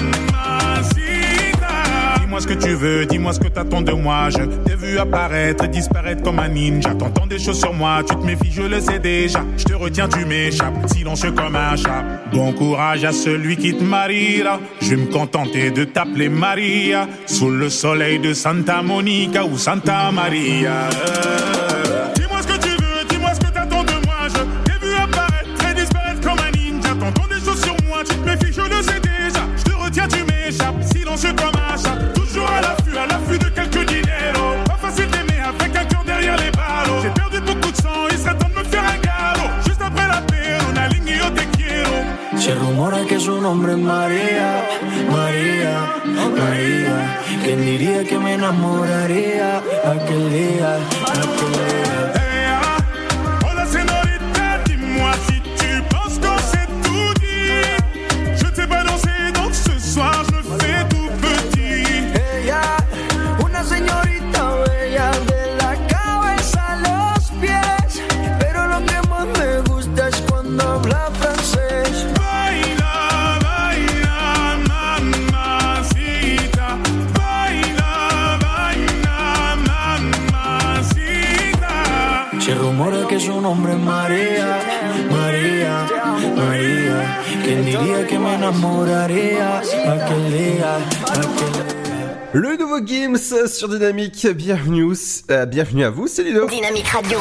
mamacita. Dis-moi ce que tu veux, dis-moi ce que t'attends de moi. Je t'ai vu apparaître et disparaître comme un ninja. T'entends des choses sur moi, tu te méfies, je le sais déjà. Je te retiens, tu m'échappes, silencieux comme un chat. Bon courage à celui qui te mariera. Je vais me contenter de t'appeler Maria. Sous le soleil de Santa Monica ou Santa Maria. Dis-moi ce que tu veux, dis-moi ce que t'attends de moi. Je t'ai vu apparaître et disparaître comme un ninja. T'entends des choses sur moi, tu te méfies, je le sais déjà. Je te retiens, tu m'échappes, silencieux comme un chat. Toujours à l'affût de quelques dineros. Pas facile d'aimer avec un cœur derrière les ballots. J'ai perdu beaucoup de sang, il serait temps de me faire un galop. Juste après la paix, on a ligné au te quiero. Se rumora que su nombre es María, María, María. ¿Quién diría que me enamoraría aquel día, aquel día? Hola señorita, dis-moi si tu penses qu'on s'est tout dit. Je t'ai pas dansé donc ce soir je me fais tout petit. Ella, una señorita bella de la cabeza a los pies. Pero lo que más me gusta es cuando habla francés. Baila, baila, mamacita. Baila, baila, mamacita. Se rumora que su nombre es María, María, María. ¿Quién diría que me enamoraría aquel día, aquel día? Le nouveau Gims sur Dynamique, bienvenue à vous, c'est Ludo. Dynamique Radio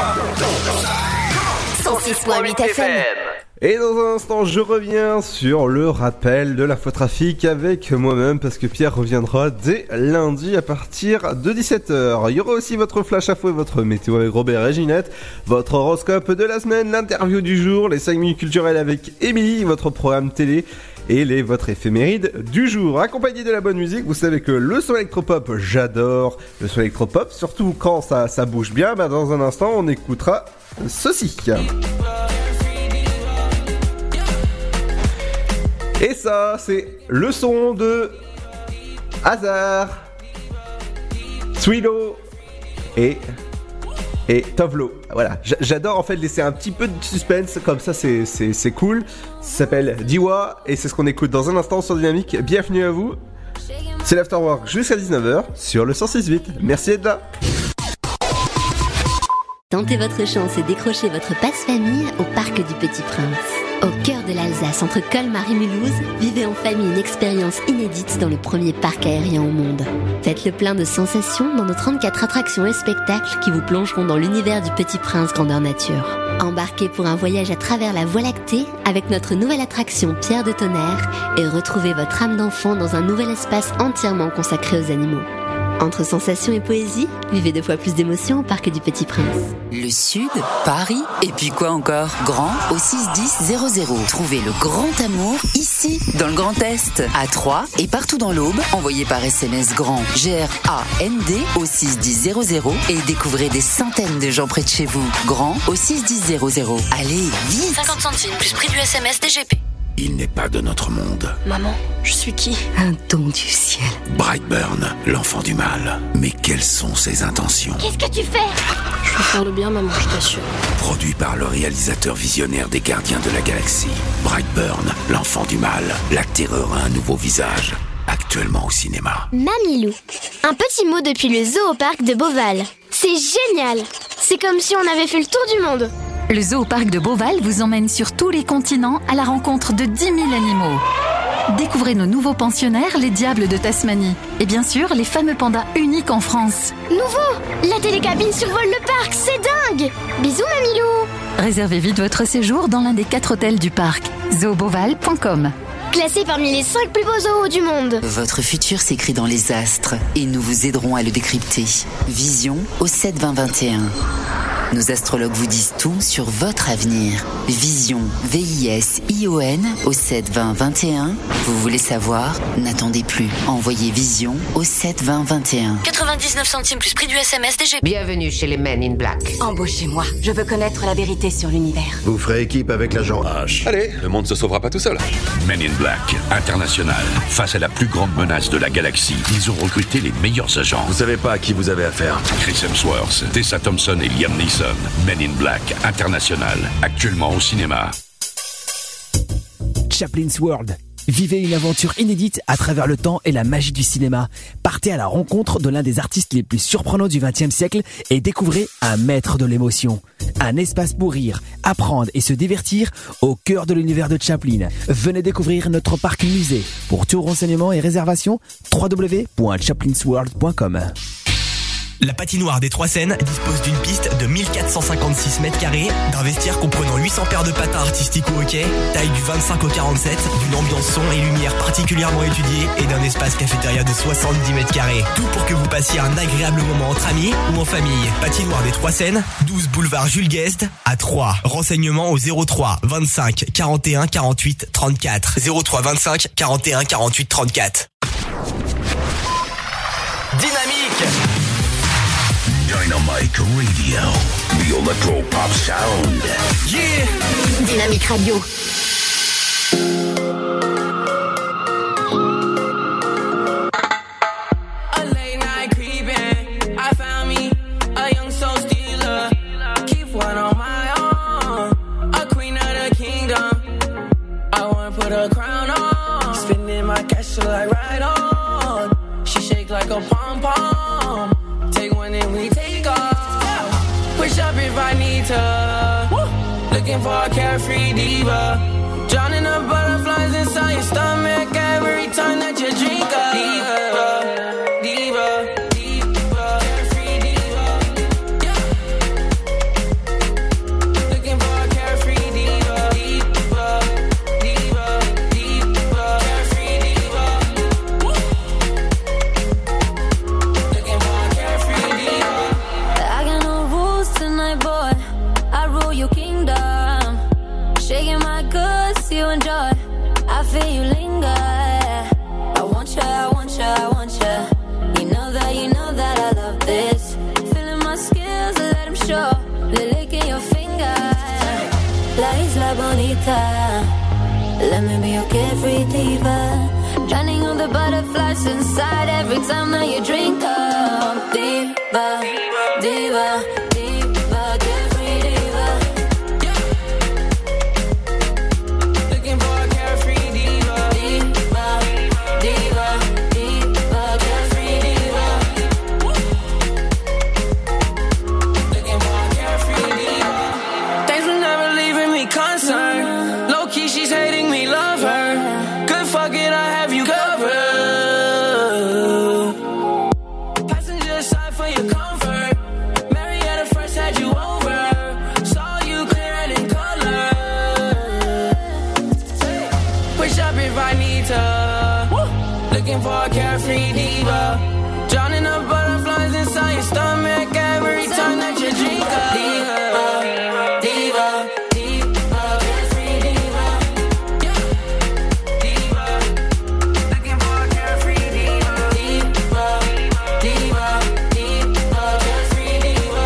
106.8 FM. Et dans un instant, je reviens sur le rappel de l'infotrafic avec moi-même parce que Pierre reviendra dès lundi à partir de 17h. Il y aura aussi votre flash info et votre météo avec Robert et Ginette, votre horoscope de la semaine, l'interview du jour, les 5 minutes culturelles avec Émilie, votre programme télé et votre éphéméride du jour. Accompagné de la bonne musique, vous savez que le son électropop, j'adore le son électropop, surtout quand ça bouge bien. Dans un instant, on écoutera ceci. Et ça, c'est le son de Hazard, Swilo et et Tovlo. Voilà, j'adore en fait laisser un petit peu de suspense, comme ça c'est cool. Ça s'appelle Diwa et c'est ce qu'on écoute dans un instant sur Dynamique. Bienvenue à vous. C'est l'Afterwork jusqu'à 19h sur le 106.8. Merci d'être là. Tentez votre chance et décrochez votre passe-famille au Parc du Petit Prince. Au cœur de l'Alsace, entre Colmar et Mulhouse, vivez en famille une expérience inédite dans le premier parc aérien au monde. Faites le plein de sensations dans nos 34 attractions et spectacles qui vous plongeront dans l'univers du Petit Prince grandeur nature. Embarquez pour un voyage à travers la Voie lactée avec notre nouvelle attraction Pierre de Tonnerre et retrouvez votre âme d'enfant dans un nouvel espace entièrement consacré aux animaux. Entre sensations et poésie, vivez 2 fois plus d'émotions au Parc du Petit Prince. Le Sud, Paris, et puis quoi encore? Grand au 61000. Trouvez le grand amour ici, dans le Grand Est, à Troyes et partout dans l'Aube. Envoyez par SMS GRAND, G-R-A-N-D au 61000 et découvrez des centaines de gens près de chez vous. Grand au 61000. Allez, vite! 50 centimes plus prix du SMS DGP. Il n'est pas de notre monde. Maman, je suis qui? Un don du ciel. Brightburn, l'enfant du mal. Mais quelles sont ses intentions? Qu'est-ce que tu fais? Je veux faire le bien, maman, je t'assure. Produit par le réalisateur visionnaire des Gardiens de la Galaxie. Brightburn, l'enfant du mal. La terreur a un nouveau visage. Actuellement au cinéma. Mamilou. Un petit mot depuis le zoo au parc de Beauval. C'est génial! C'est comme si on avait fait le tour du monde. Le zoo au parc de Beauval vous emmène sur tous les continents à la rencontre de 10 000 animaux. Découvrez nos nouveaux pensionnaires, les diables de Tasmanie. Et bien sûr, les fameux pandas uniques en France. Nouveau! La télécabine survole le parc, c'est dingue! Bisous Mamilou! Réservez vite votre séjour dans l'un des 4 hôtels du parc. zooboval.com. Classé parmi les 5 plus beaux zoos du monde. Votre futur s'écrit dans les astres et nous vous aiderons à le décrypter. Vision au 72021. Nos astrologues vous disent tout sur votre avenir. Vision, V-I-S-I-O-N au 72021. Vous voulez savoir? N'attendez plus. Envoyez Vision au 72021. 99 centimes plus prix du SMS DGP. Bienvenue chez les Men in Black. Embauchez-moi. Je veux connaître la vérité sur l'univers. Vous ferez équipe avec l'agent H. Allez, le monde se sauvera pas tout seul. Men in Black, international. Face à la plus grande menace de la galaxie, ils ont recruté les meilleurs agents. Vous savez pas à qui vous avez affaire. Chris Hemsworth, Tessa Thompson et Liam Neeson. Men in Black, international. Actuellement au cinéma. Chaplin's World. Vivez une aventure inédite à travers le temps et la magie du cinéma. Partez à la rencontre de l'un des artistes les plus surprenants du XXe siècle et découvrez un maître de l'émotion. Un espace pour rire, apprendre et se divertir au cœur de l'univers de Chaplin. Venez découvrir notre parc musée. Pour tout renseignement et réservation, www.chaplinsworld.com. La patinoire des Trois Seines dispose d'une piste de 1456 mètres carrés, d'un vestiaire comprenant 800 paires de patins artistiques au hockey, taille du 25 au 47, d'une ambiance son et lumière particulièrement étudiée et d'un espace cafétéria de 70 mètres carrés. Tout pour que vous passiez un agréable moment entre amis ou en famille. Patinoire des Trois Seines, 12 boulevard Jules Guest à Troyes. Renseignements au 03 25 41 48 34. 03 25 41 48 34. Dynamique! Dynamic Radio, the electro-pop sound. Yeah! Dynamique Radio. A late night creeping, I found me a young soul stealer. Keep one on my own, a queen of the kingdom. I wanna put a crown on, spinning my castle like right on. She shake like a pom pom. Take one and we take off. Push up if I need to. Looking for a carefree diva. Drowning the butterflies inside your stomach every time that you drink a diva, diva, diva, carefree diva. Yeah. Looking for a carefree diva, diva, diva, diva, carefree diva. Woo. Looking for a carefree diva. I got no rules tonight, boy. I rule your kingdom. Shaking my goods, you enjoy. I feel you linger. I want you, I want you, I want you. You know that I love this. Feeling my skills, let them show. The lick in your finger. La isla bonita. Let me be your carefree diva. Drowning all the butterflies inside every time that you drink up. Diva, diva, diva. Looking for a carefree diva. Drowning the butterflies inside your stomach every time that you drink a diva, diva, diva, carefree diva. Yeah, diva. Looking for a carefree diva, diva, diva, diva, carefree diva.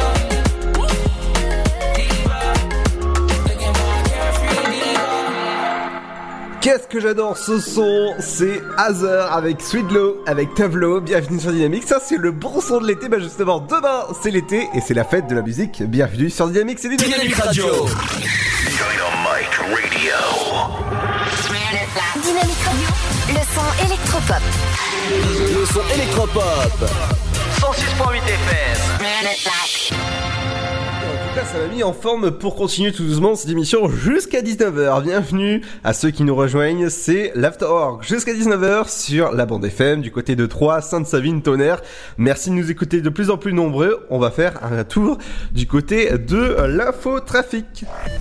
Diva. Looking for a carefree diva. Qu'est-ce que j'adore ce son, c'est Heather avec Sweet Low, avec Tavlo, bienvenue sur Dynamique, ça c'est le bon son de l'été, bah justement demain c'est l'été et c'est la fête de la musique, bienvenue sur Dynamique, c'est Dynamique Radio. Dynamique Radio, le son électropop. Le son électropop. 106.8 FM. En tout cas, ça m'a mis en forme pour continuer tout doucement cette émission jusqu'à 19h. Bienvenue à ceux qui nous rejoignent, c'est l'Afterwork jusqu'à 19h sur la bande FM du côté de Troyes, Sainte-Savine, Tonnerre. Merci de nous écouter de plus en plus nombreux. On va faire un tour du côté de l'infotrafic.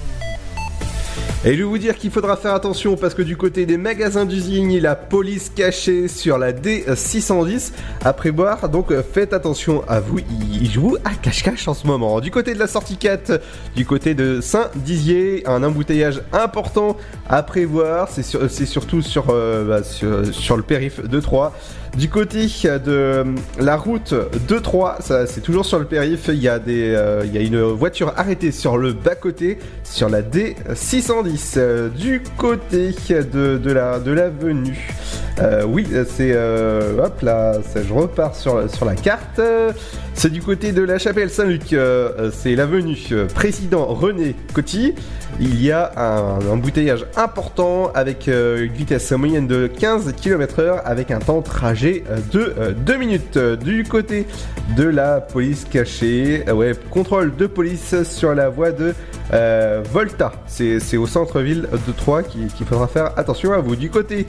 Et je vais vous dire qu'il faudra faire attention parce que du côté des magasins d'usine, la police cachée sur la D610 à prévoir. Donc faites attention à vous, ils jouent à cache-cache en ce moment. Du côté de la sortie 4, du côté de Saint-Dizier, un embouteillage important à prévoir. C'est surtout sur le périph' de Troyes. Du côté de la route de Troyes, ça c'est toujours sur le périph', il y a une voiture arrêtée sur le bas-côté, sur la D610. Du côté de l'avenue, oui, c'est hop là, je repars sur la carte. C'est du côté de la Chapelle Saint-Luc, c'est l'avenue Président René Coty. Il y a un embouteillage important avec une vitesse moyenne de 15 km/h avec un temps de trajet de 2 minutes. Du côté de la police cachée, contrôle de police sur la voie de Volta. C'est au centre-ville de Troyes qu'il faudra faire attention à vous. Du côté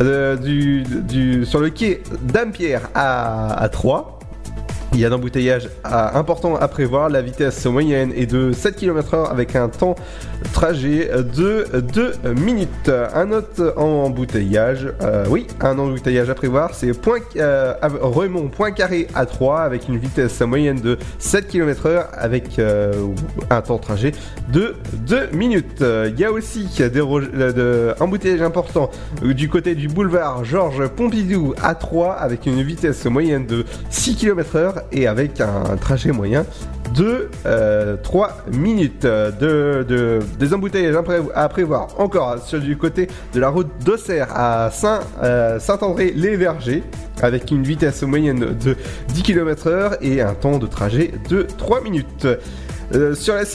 sur le quai d'Ampierre à Troyes, il y a un embouteillage important à prévoir. La vitesse moyenne est de 7 km/h avec un temps de trajet de 2 minutes. Un autre embouteillage, un embouteillage à prévoir, c'est Remont Poincaré à 3 avec une vitesse moyenne de 7 km/h avec un temps de trajet de 2 minutes. Il y a aussi des embouteillages importants du côté du boulevard Georges Pompidou à 3 avec une vitesse moyenne de 6 km/h et avec un trajet moyen de 3 minutes. Des embouteillages à prévoir encore du côté de la route d'Auxerre à Saint-André-les-Vergers avec une vitesse moyenne de 10 km/h et un temps de trajet de 3 minutes. Sur la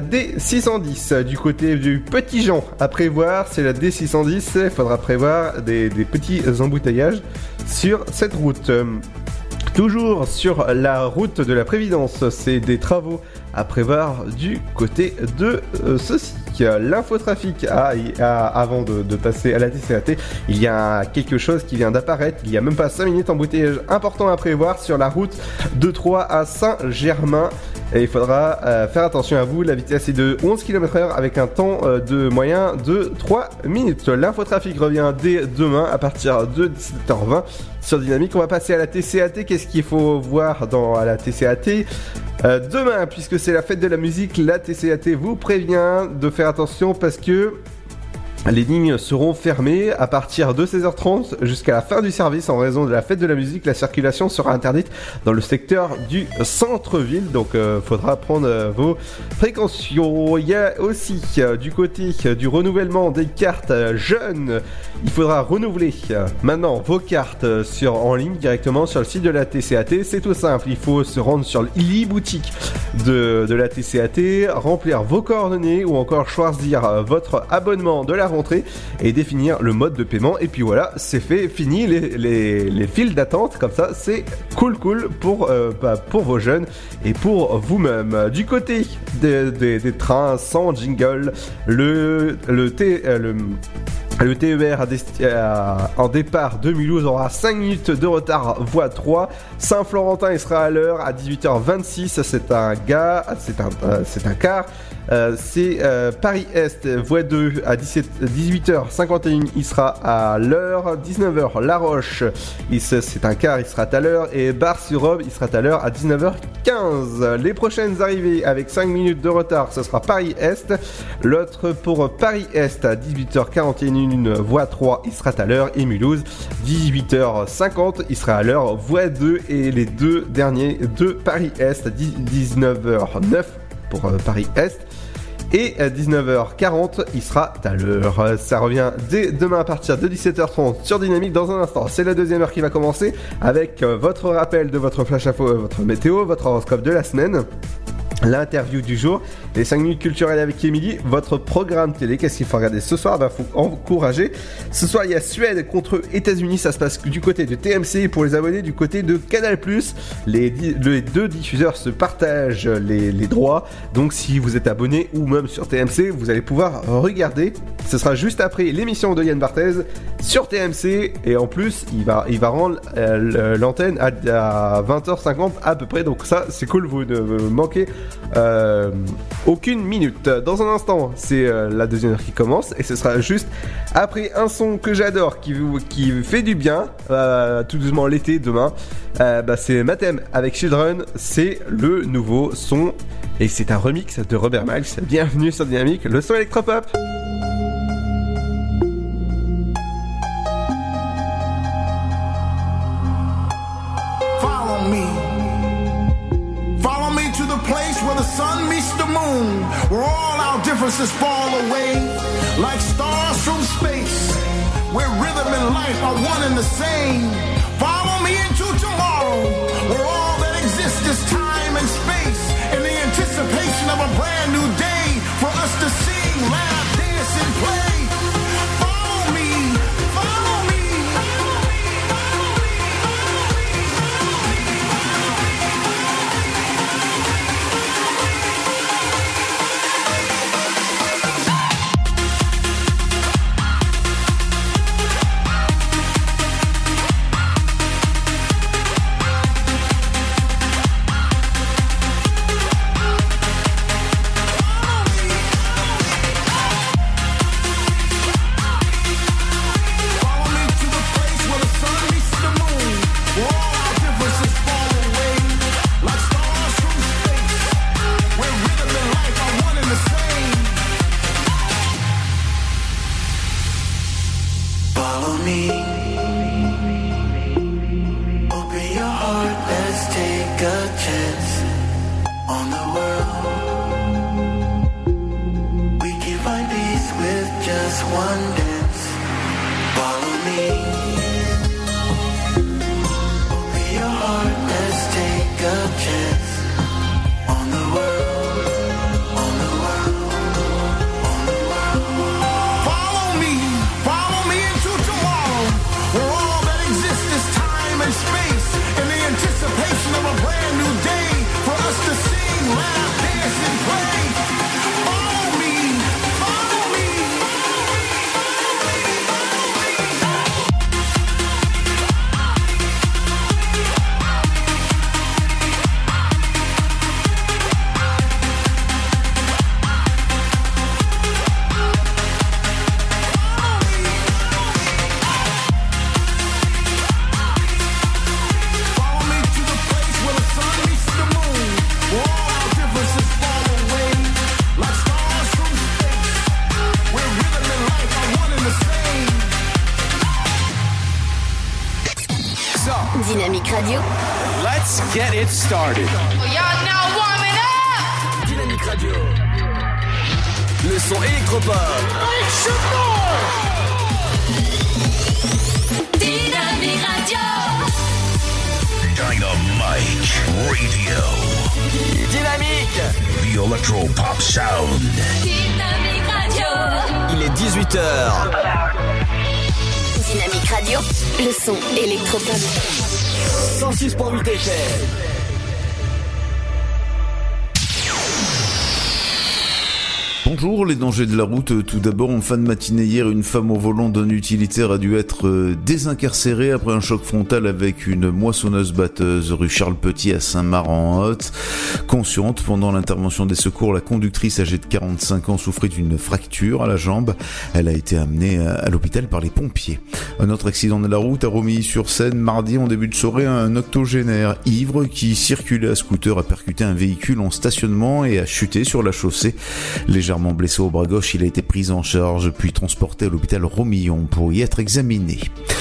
D610 du côté du Petit Jean à prévoir, c'est la D610, il faudra prévoir des petits embouteillages sur cette route. Toujours sur la route de la Prévidence, c'est des travaux à prévoir du côté de ceci. L'infotrafic, avant de passer à la TCAT, il y a quelque chose qui vient d'apparaître. Il y a même pas 5 minutes, embouteillage important à prévoir sur la route de Troyes à Saint-Germain. Et il faudra faire attention à vous, la vitesse est de 11 km/h avec un temps de moyen de 3 minutes. L'infotrafic revient dès demain à partir de 17h20 sur Dynamique. On va passer à la TCAT. Qu'est-ce qu'il faut voir à la TCAT demain, puisque c'est la fête de la musique, la TCAT vous prévient de faire attention parce que les lignes seront fermées à partir de 16h30 jusqu'à la fin du service en raison de la fête de la musique. La circulation sera interdite dans le secteur du centre-ville, donc faudra prendre vos précautions. Il y a aussi du côté du renouvellement des cartes jeunes, il faudra renouveler maintenant vos cartes en ligne directement sur le site de la TCAT. C'est tout simple, il faut se rendre sur l'e-boutique de la TCAT, remplir vos coordonnées ou encore choisir votre abonnement de la rentrée et définir le mode de paiement, et puis voilà, c'est fait, fini les files d'attente. Comme ça c'est cool pour vos jeunes et pour vous-même. Du côté des trains sans jingle, Le TER en départ de Mulhouse aura 5 minutes de retard, voie 3. Saint-Florentin, il sera à l'heure à 18h26. C'est un car. C'est Paris-Est, voie 2 à 18h51, il sera à l'heure. 19h, La Roche, c'est un car, il sera à l'heure. Et Bar-sur-Aube, il sera à l'heure à 19h15. Les prochaines arrivées avec 5 minutes de retard, ce sera Paris-Est. L'autre pour Paris-Est à 18h41, voie 3, il sera à l'heure. Et Mulhouse, 18h50, il sera à l'heure, voie 2. Et les deux derniers de Paris-Est, 19h09 pour Paris-Est. Et à 19h40, il sera à l'heure. Ça revient dès demain à partir de 17h30 sur Dynamique. Dans un instant, c'est la deuxième heure qui va commencer avec votre rappel de votre flash info, votre météo, votre horoscope de la semaine, l'interview du jour, les 5 minutes culturelles avec Émilie, votre programme télé. Qu'est-ce qu'il faut regarder ce soir? Faut encourager. Ce soir, il y a Suède contre États-Unis. Ça se passe du côté de TMC. Pour les abonnés, du côté de Canal+. Les deux diffuseurs se partagent les droits. Donc, si vous êtes abonné ou même sur TMC, vous allez pouvoir regarder. Ce sera juste après l'émission de Yann Barthès sur TMC. Et en plus, il va rendre l'antenne à 20h50 à peu près. Donc ça, c'est cool. Vous ne manquez aucune minute. Dans un instant, c'est la deuxième heure qui commence et ce sera juste après un son que j'adore qui fait du bien, tout doucement l'été demain. C'est Mathem avec Children, c'est le nouveau son et c'est un remix de Robert Miles. Bienvenue sur Dynamique, le son électropop. Where the sun meets the moon, where all our differences fall away, like stars from space, where rhythm and life are one and the same. Follow me into tomorrow, where all that exists is time and space, in the anticipation of a brand new day, for us to sing, laugh, dance, and play. Follow me, follow me. Dynamique Radio. Let's get it started. Y'all now warming up. Dynamique Radio. Le son électropop. Dynamique Radio. Dynamite Radio. Dynamique. The Electropop Sound. Dynamique Radio. Il est 18h. Dynamique Radio, le son électropop. 106.8 FM. Bonjour, les dangers de la route. Tout d'abord, en fin de matinée hier, une femme au volant d'un utilitaire a dû être désincarcérée après un choc frontal avec une moissonneuse-batteuse rue Charles Petit à Saint-Marc-en-Haute. Consciente pendant l'intervention des secours, la conductrice âgée de 45 ans souffrait d'une fracture à la jambe. Elle a été amenée à l'hôpital par les pompiers. Un autre accident de la route à Romilly-sur-Seine. Mardi, en début de soirée, un octogénaire ivre qui circulait à scooter a percuté un véhicule en stationnement et a chuté sur la chaussée. Légèrement blessé au bras gauche, il a été pris en charge puis transporté à l'hôpital Romillon pour y être examiné.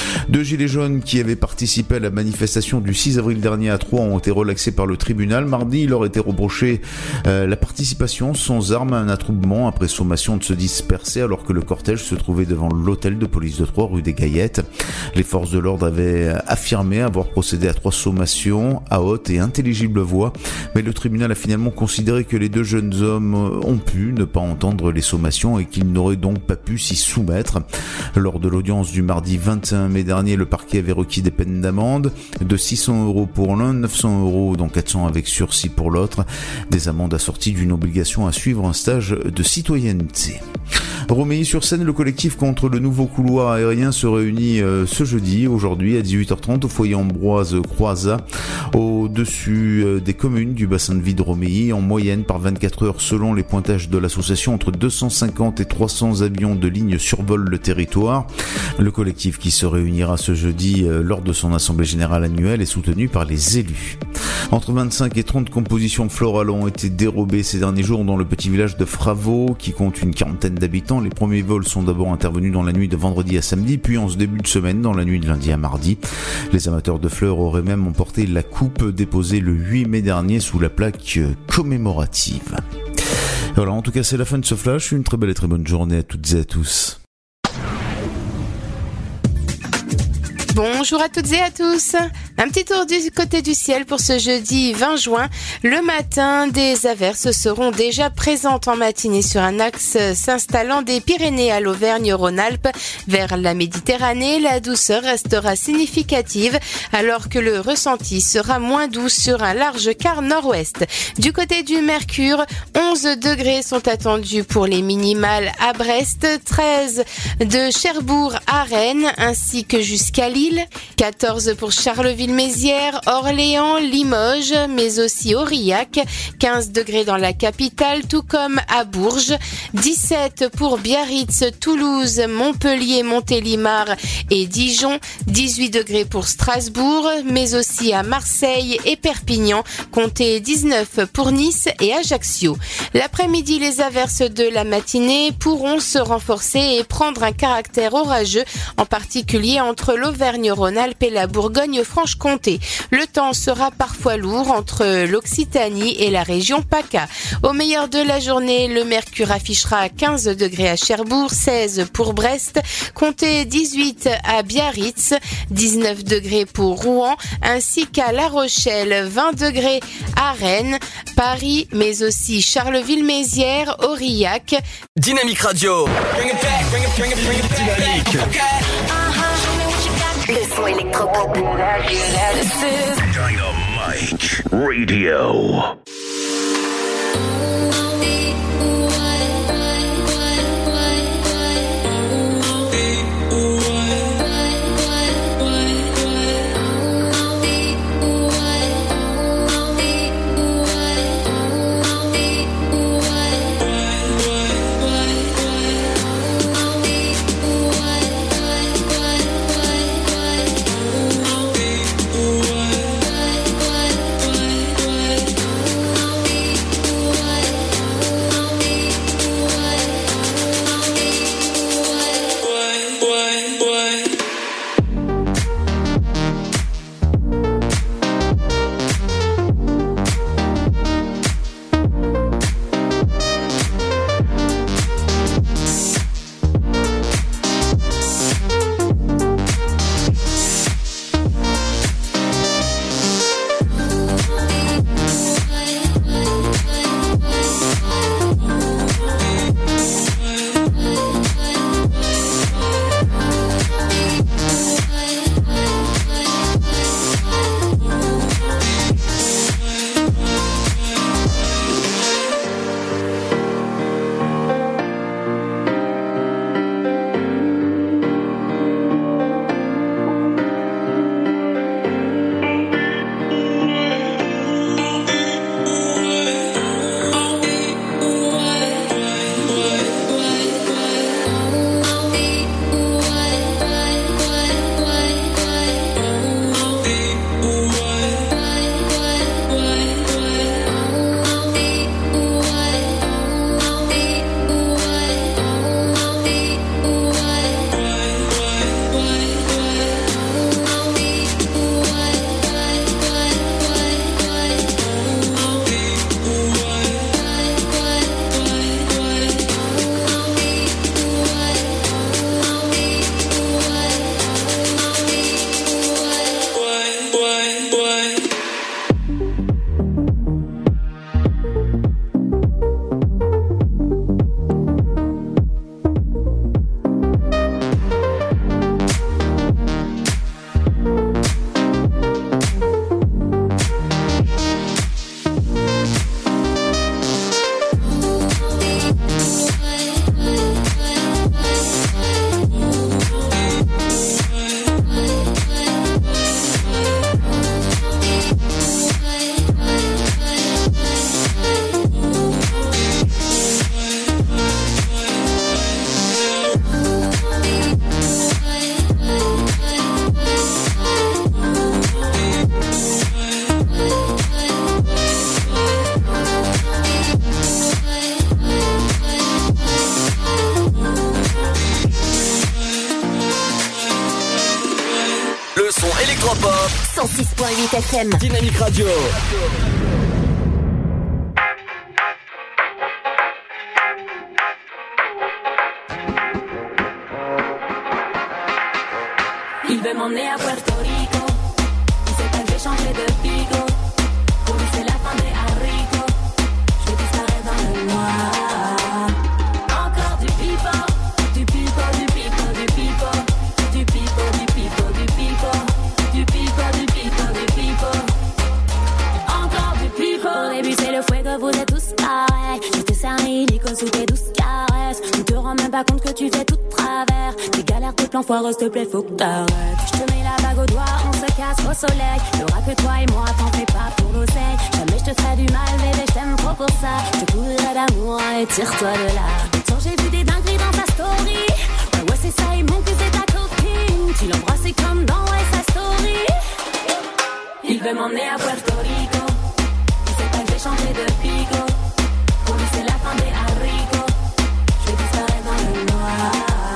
2 gilets jaunes qui avaient participé à la manifestation du 6 avril dernier à Troyes ont été relaxés par le tribunal. Mardi, il leur était reproché la participation sans armes à un attroupement après sommation de se disperser alors que le cortège se trouvait devant l'hôtel de police de Troyes rue des Gaillettes. Les forces de l'ordre avaient affirmé avoir procédé à 3 sommations à haute et intelligible voix, mais le tribunal a finalement considéré que les 2 jeunes hommes ont pu ne pas entendre les sommations et qu'ils n'auraient donc pas pu s'y soumettre. Lors de l'audience du mardi 21 mai dernier, le parquet avait requis des peines d'amende de 600 € pour l'un, 900 €, dont 400 avec sursis pour l'autre. Des amendes assorties d'une obligation à suivre un stage de citoyenneté. Romilly-sur-Seine, le collectif contre le nouveau couloir aérien se réunit ce jeudi, aujourd'hui à 18h30 au foyer Ambroise Croizat, au-dessus des communes du bassin de vie de Romilly, en moyenne par 24 heures selon les pointages de l'association. Entre 250 et 300 avions de ligne survolent le territoire. Le collectif qui se réunira ce jeudi lors de son assemblée générale annuelle est soutenu par les élus. Entre 25 et 30 compositions florales ont été dérobées ces derniers jours dans le petit village de Fravaux qui compte une quarantaine d'habitants. Les premiers vols sont d'abord intervenus dans la nuit de vendredi à samedi, puis en ce début de semaine dans la nuit de lundi à mardi. Les amateurs de fleurs auraient même emporté la coupe déposée le 8 mai dernier sous la plaque commémorative. Voilà, en tout cas c'est la fin de ce flash. Une très belle et très bonne journée à toutes et à tous. Bonjour à toutes et à tous. Un petit tour du côté du ciel pour ce jeudi 20 juin. Le matin, des averses seront déjà présentes en matinée sur un axe s'installant des Pyrénées à l'Auvergne-Rhône-Alpes vers la Méditerranée. La douceur restera significative alors que le ressenti sera moins doux sur un large quart nord-ouest. Du côté du Mercure, 11 degrés sont attendus pour les minimales à Brest, 13 de Cherbourg à Rennes ainsi que jusqu'à Lille. 14 pour Charleville-Mézières, Orléans, Limoges, mais aussi Aurillac, 15 degrés dans la capitale, tout comme à Bourges, 17 pour Biarritz, Toulouse, Montpellier, Montélimar et Dijon, 18 degrés pour Strasbourg, mais aussi à Marseille et Perpignan, comptez 19 pour Nice et Ajaccio. L'après-midi, les averses de la matinée pourront se renforcer et prendre un caractère orageux, en particulier entre l'Auvergne-Rhône-Alpes et la Bourgogne-Franche-Comté. Le temps sera parfois lourd entre l'Occitanie et la région PACA. Au meilleur de la journée, le mercure affichera 15 degrés à Cherbourg, 16 pour Brest, comptez 18 à Biarritz, 19 degrés pour Rouen, ainsi qu'à La Rochelle, 20 degrés à Rennes, Paris, mais aussi Charleville-Mézières, Aurillac. Dynamique Radio. Dynamique. Le son électropop. Dynamique Radio. 106.8 FM. Dynamique Radio. Il veut m'emmener à Puerto Rico. Il sait pas que j'ai changé de pico. Pour lui c'est la fin des haricots. Je vais disparaître dans le noir. Encore du pipo, du pipo, du pipo, du pipo, du pipo, du pipo, du pipo, du pipo, du pipo, du pipo. Encore du pipo. Au début c'est le fuego, vous êtes tous pareils. Je te sers un hélico sous tes douces caresses. Tu te rends même pas compte que tu fais tout de travers. Tes galères, tes plans foireux, s'il te plaît, faut que t'arrêtes. Je te mets la bague au doigt, on se casse au soleil. Y'aura que toi et moi, t'en fais pas pour l'oseille. Jamais je te ferai du mal, bébé, je t'aime trop pour ça. Je te couvrirai d'amour et tire-toi de là. Tant j'ai vu des dingueries dans ta story. Ouais, c'est ça, et mon cul, c'est ta copine. Tu l'embrasses comme dans sa story. Il veut m'emmener à Puerto Rico. Il sait pas que j'ai changé de pico. Pour lui, c'est la fin des haricots. Je vais disparaître dans le noir.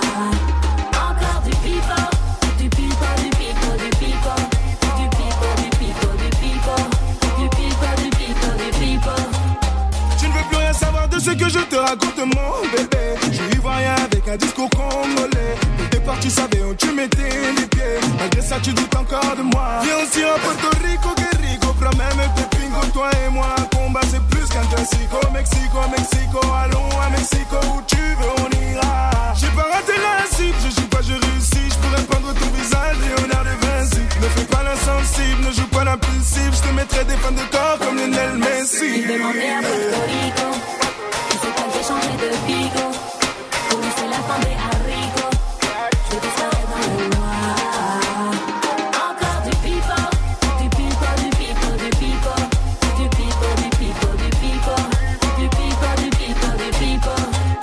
Encore du pipo, du pipo, du pipo, du pipo, du pipo, du pipo, du pipo, du pipo, du pipo, du pipo. Tu ne veux plus rien savoir de ce que je te raconte, mon bébé. Je suis ivoirien avec un discours congolais. Au départ, tu savais où tu mettais les pieds. Malgré ça, tu doutes encore de moi. Viens aussi à Puerto Rico, que Rico. Prends même tes pingos, toi et moi. Un combat, c'est plus qu'un classico. Mexico, Mexico, allons à Mexico. Où tu veux, on ira. J'ai pas raté la cible, je joue pas, je réussis. Je pourrais peindre ton visage, Léonard de Vinci. Ne fais pas l'insensible, ne joue pas l'impulsif. Je te mettrai des fans de corps comme Lionel Messi. Il veut m'emmener à Puerto Rico. Il sait pas que j'ai changé de pico. Pour lui, c'est la fin des haricots. Je vais disparaître dans le noir. Encore du pipo, du pipo, du pipo, du pipo, du pipo, du pipo, du pipo, du pipo, du pipo, du pipo.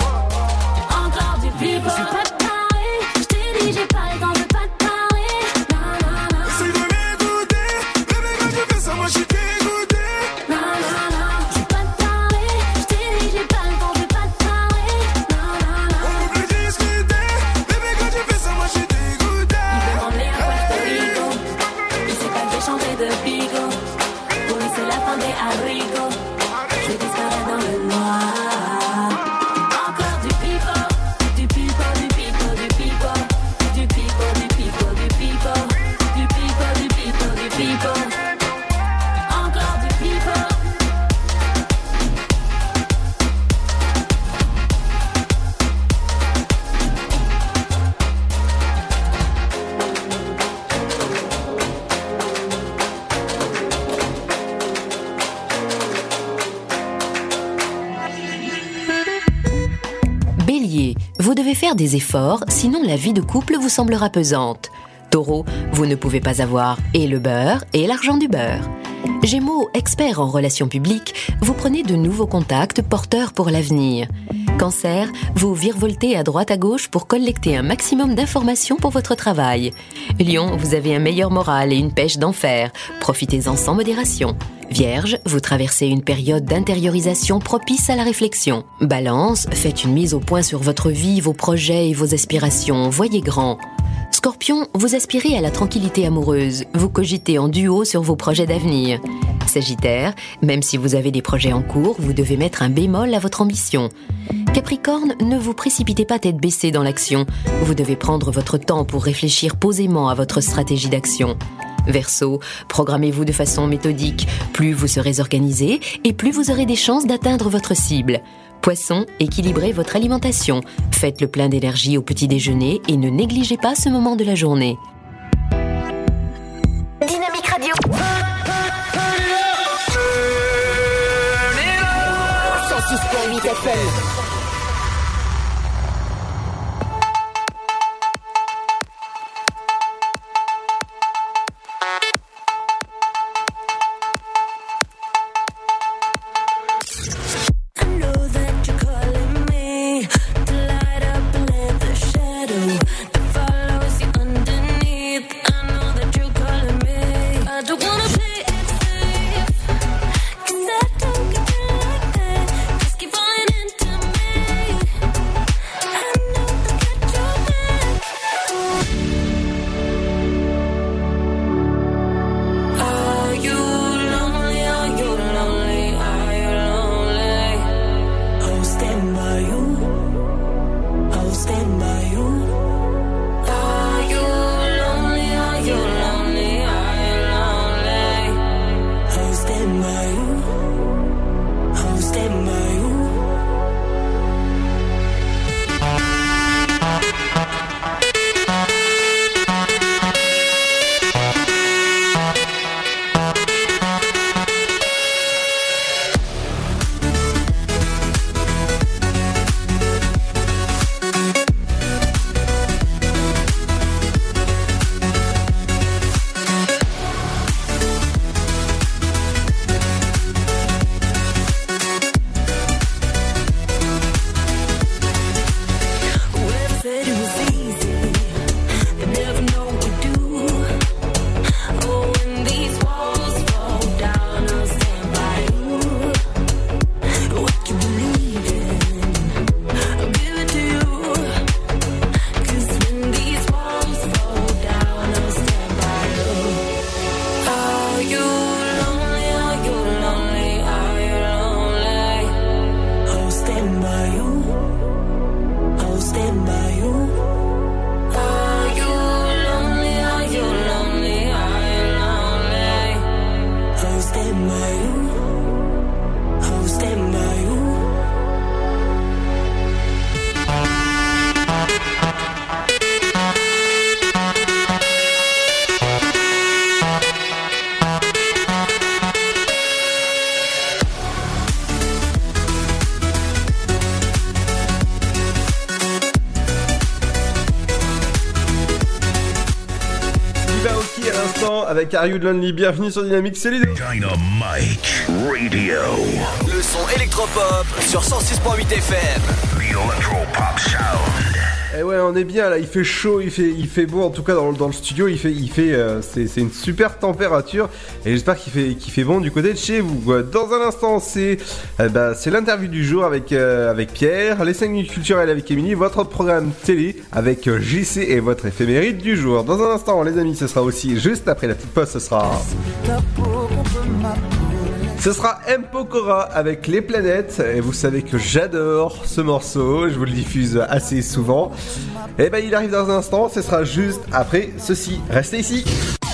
Encore du pipo. Je suis pas de Paris, je t'ai dit j'ai pas le temps de pas te parler. Non, non, non. Essaye de m'écouter, bébé, quand je fais ça, moi je suis dégoûté. Non, non, non. Je suis pas de Paris, je t'ai dit j'ai pas le temps de pas te parler. Non, non, non. On peut plus discuter, bébé, quand je fais ça, moi je suis dégoûté. Il veut m'emmener à Puerto Rico. Il sait pas que j'ai changé de pico. Pour lui c'est la fin des haricots. Je vais disparaître dans le noir. Encore du pipo, du pipo, du pipo, du pipo, du pipo, du pipo, du pipo, du pipo, du pipo, du pipo. Encore du pipo. Bélier, vous devez faire des efforts, sinon la vie de couple vous semblera pesante. Taureau, vous ne pouvez pas avoir et le beurre et l'argent du beurre. Gémeaux, expert en relations publiques, vous prenez de nouveaux contacts porteurs pour l'avenir. Cancer, vous virevoltez à droite à gauche pour collecter un maximum d'informations pour votre travail. Lion, vous avez un meilleur moral et une pêche d'enfer. Profitez-en sans modération. Vierge, vous traversez une période d'intériorisation propice à la réflexion. Balance, faites une mise au point sur votre vie, vos projets et vos aspirations. Voyez grand. Scorpion, vous aspirez à la tranquillité amoureuse. Vous cogitez en duo sur vos projets d'avenir. Sagittaire, même si vous avez des projets en cours, vous devez mettre un bémol à votre ambition. Capricorne, ne vous précipitez pas tête baissée dans l'action. Vous devez prendre votre temps pour réfléchir posément à votre stratégie d'action. Verseau, programmez-vous de façon méthodique. Plus vous serez organisé et plus vous aurez des chances d'atteindre votre cible. Poisson, équilibrez votre alimentation. Faites le plein d'énergie au petit déjeuner et ne négligez pas ce moment de la journée. Dynamique Radio. 106.8 FM. stand by you. I will stand by you. Avec Are You Lonely, bienvenue sur Dynamique, c'est Ludo. Dynamite Radio. Le son électropop sur 106.8 FM. The Electropop Sound. Eh ouais, on est bien là, il fait chaud, il fait beau, en tout cas dans le studio, c'est une super température et j'espère qu'il fait bon du côté de chez vous. Dans un instant, c'est l'interview du jour avec Pierre, les 5 minutes culturelles avec Émilie, votre programme télé avec JC et votre éphéméride du jour. Dans un instant, les amis, ce sera aussi juste après la petite pause, ce sera M. Pokora avec Les Planètes, et vous savez que j'adore ce morceau, je vous le diffuse assez souvent. Et ben il arrive dans un instant, ce sera juste après ceci. Restez ici.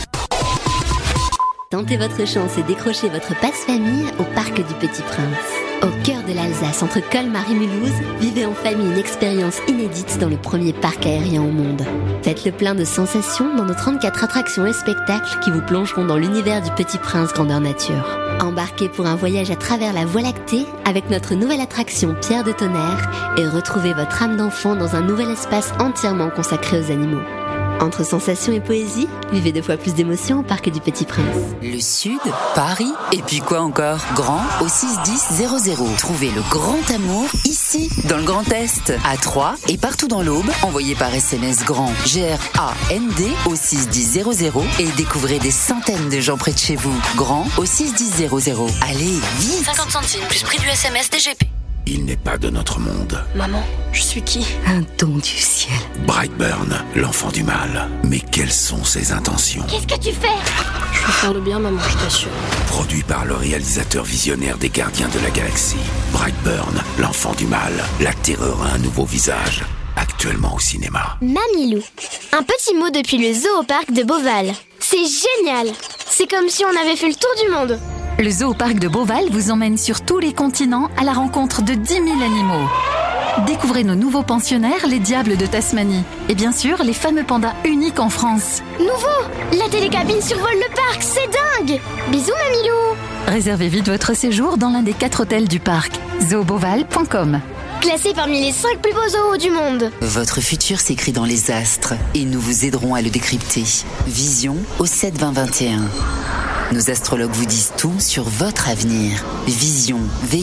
Tentez votre chance et décrochez votre passe-famille au Parc du Petit Prince. Au cœur de l'Alsace, entre Colmar et Mulhouse, vivez en famille une expérience inédite dans le premier parc aérien au monde. Faites le plein de sensations dans nos 34 attractions et spectacles qui vous plongeront dans l'univers du Petit Prince grandeur nature. Embarquez pour un voyage à travers la Voie lactée avec notre nouvelle attraction Pierre de Tonnerre et retrouvez votre âme d'enfant dans un nouvel espace entièrement consacré aux animaux. Entre sensations et poésie, vivez 2 fois plus d'émotions au Parc du Petit Prince. Le Sud, Paris, et puis quoi encore? Grand au 61000. Trouvez le grand amour ici, dans le Grand Est, à Troyes et partout dans l'Aube. Envoyez par SMS grand GRAND au 61000 et découvrez des centaines de gens près de chez vous. Grand au 61000. Allez, vite! 50 centimes plus prix du SMS DGP. Il n'est pas de notre monde. Maman, je suis qui? Un don du ciel. Brightburn, l'enfant du mal. Mais quelles sont ses intentions? Qu'est-ce que tu fais? Je veux faire le bien, maman, je t'assure. Produit par le réalisateur visionnaire des Gardiens de la Galaxie. Brightburn, l'enfant du mal. La terreur a un nouveau visage. Actuellement au cinéma. Mamilou. Un petit mot depuis le zoo au parc de Beauval. C'est génial. C'est comme si on avait fait le tour du monde. Le zoo au parc de Beauval vous emmène sur tous les continents à la rencontre de 10 000 animaux. Découvrez nos nouveaux pensionnaires, les diables de Tasmanie. Et bien sûr, les fameux pandas uniques en France. Nouveau! La télécabine survole le parc, c'est dingue! Bisous Mamilou! Réservez vite votre séjour dans l'un des 4 hôtels du parc. zooboval.com. Classé parmi les 5 plus beaux zoos du monde. Votre futur s'écrit dans les astres et nous vous aiderons à le décrypter. Vision au 72021. Nos astrologues vous disent tout sur votre avenir. Vision,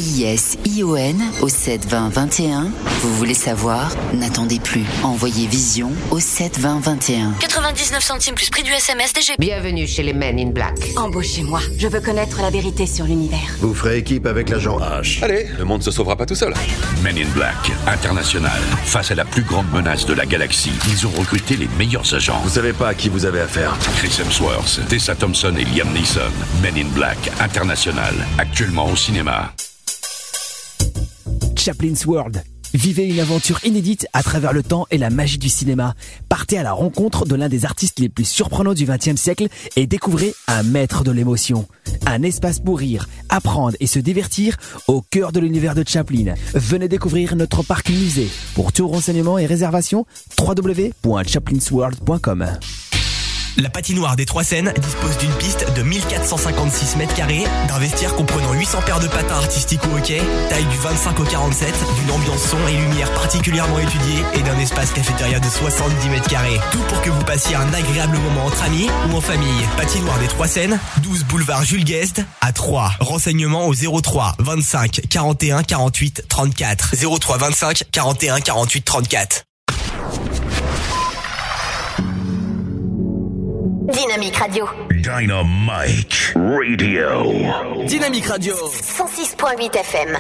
VISION au 72021. Vous voulez savoir? N'attendez plus. Envoyez Vision au 72021. 99 centimes plus prix du SMS DGP. Bienvenue chez les Men in Black. Embauchez-moi. Je veux connaître la vérité sur l'univers. Vous ferez équipe avec l'agent H. Allez, le monde se sauvera pas tout seul. Men in Black, international. Face à la plus grande menace de la galaxie, ils ont recruté les meilleurs agents. Vous savez pas à qui vous avez affaire. Chris Hemsworth, Tessa Thompson et Liam Neeson. Men in Black, international. Actuellement au cinéma. Chaplin's World. Vivez une aventure inédite à travers le temps et la magie du cinéma. Partez à la rencontre de l'un des artistes les plus surprenants du XXe siècle et découvrez un maître de l'émotion. Un espace pour rire, apprendre et se divertir au cœur de l'univers de Chaplin. Venez découvrir notre parc musée. Pour tout renseignement et réservation, www.chaplinsworld.com. La patinoire des Trois Seines dispose d'une piste de 1456 mètres carrés, d'un vestiaire comprenant 800 paires de patins artistiques au hockey, taille du 25 au 47, d'une ambiance son et lumière particulièrement étudiée et d'un espace cafétéria de 70 mètres carrés. Tout pour que vous passiez un agréable moment entre amis ou en famille. Patinoire des Trois Seines, 12 boulevard Jules Guest à Troyes. Renseignements au 03 25 41 48 34. 03 25 41 48 34. Dynamique Radio. Dynamite Radio. Dynamique Radio. 106.8 FM.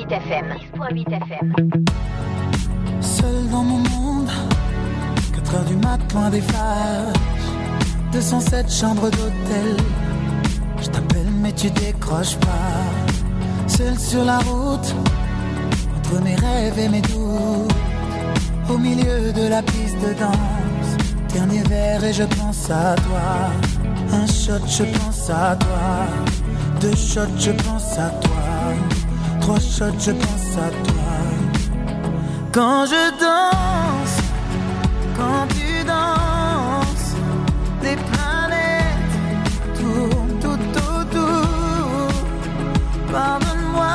Seul dans mon monde, 4h du mat, loin des flashs, 207 chambres d'hôtel. Je t'appelle mais tu décroches pas. Seul sur la route, entre mes rêves et mes doutes, au milieu de la piste de danse. Dernier verre et je pense à toi. Un shot, je pense à toi. 2 shots, je pense à toi. 3 shots, je pense à toi. Quand je danse, quand tu danses, les planètes tournent tout autour. Pardonne-moi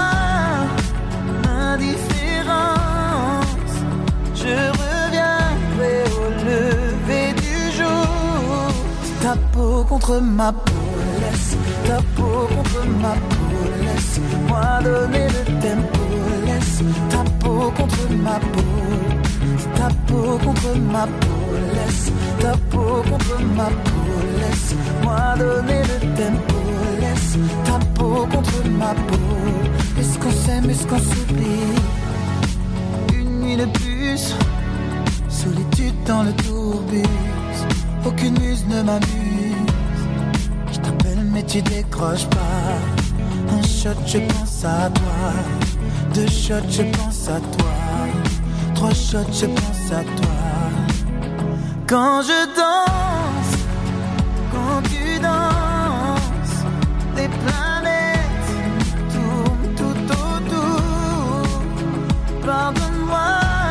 l'indifférence, je reviendrai au lever du jour. Ta peau contre ma peau, laisse ta peau contre ma peau, laisse-moi donner le tempo, laisse ta peau contre ma peau, ta peau contre ma peau, laisse ta peau contre ma peau, laisse-moi donner le tempo, laisse ta peau contre ma peau. Est-ce qu'on s'aime, est-ce qu'on s'oublie? Une nuit de plus, solitude dans le tourbus, aucune muse ne m'amuse. Je t'appelle mais tu décroches pas. Un shot, je pense à toi. 2 shots, je pense à toi. 3 shots, je pense à toi. Quand je danse, quand tu danses, les planètes tournent tout autour. Pardonne-moi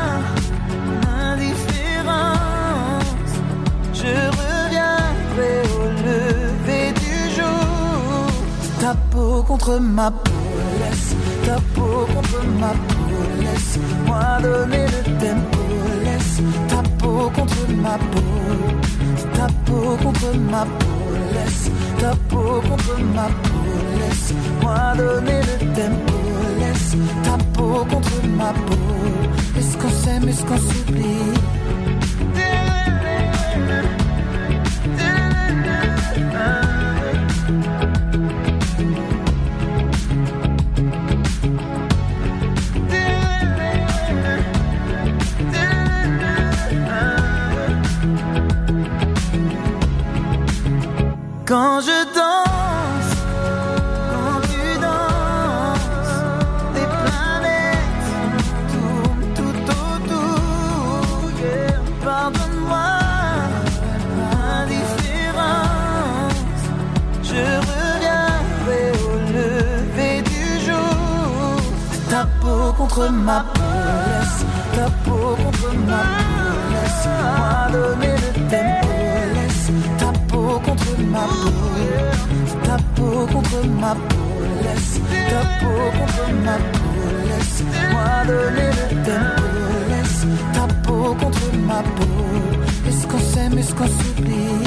l'indifférence, je reviendrai au lever du jour. Ta peau contre ma peau, laisse ta peau contre ma peau, laisse-moi donner le tempo, laisse ta peau contre ma peau, ta peau contre ma peau, laisse ta peau contre ma peau, laisse-moi donner le tempo, laisse ta peau contre ma peau. Est-ce qu'on s'aime, est-ce qu'on s'oublie? Quand je danse, quand tu danses, les planètes tournent tout autour. Yeah. Pardonne-moi l'indifférence, je reviendrai au lever du jour. Ta peau contre ma peau, laisse ta peau contre ma peau, laisse-moi donner le tempo, laisse ta peau contre ma peau, ta peau contre ma peau, laisse ta peau contre ma peau, laisse-moi donner le tempo, laisse ta peau contre ma peau. Est-ce qu'on s'aime, est-ce qu'on s'oublie?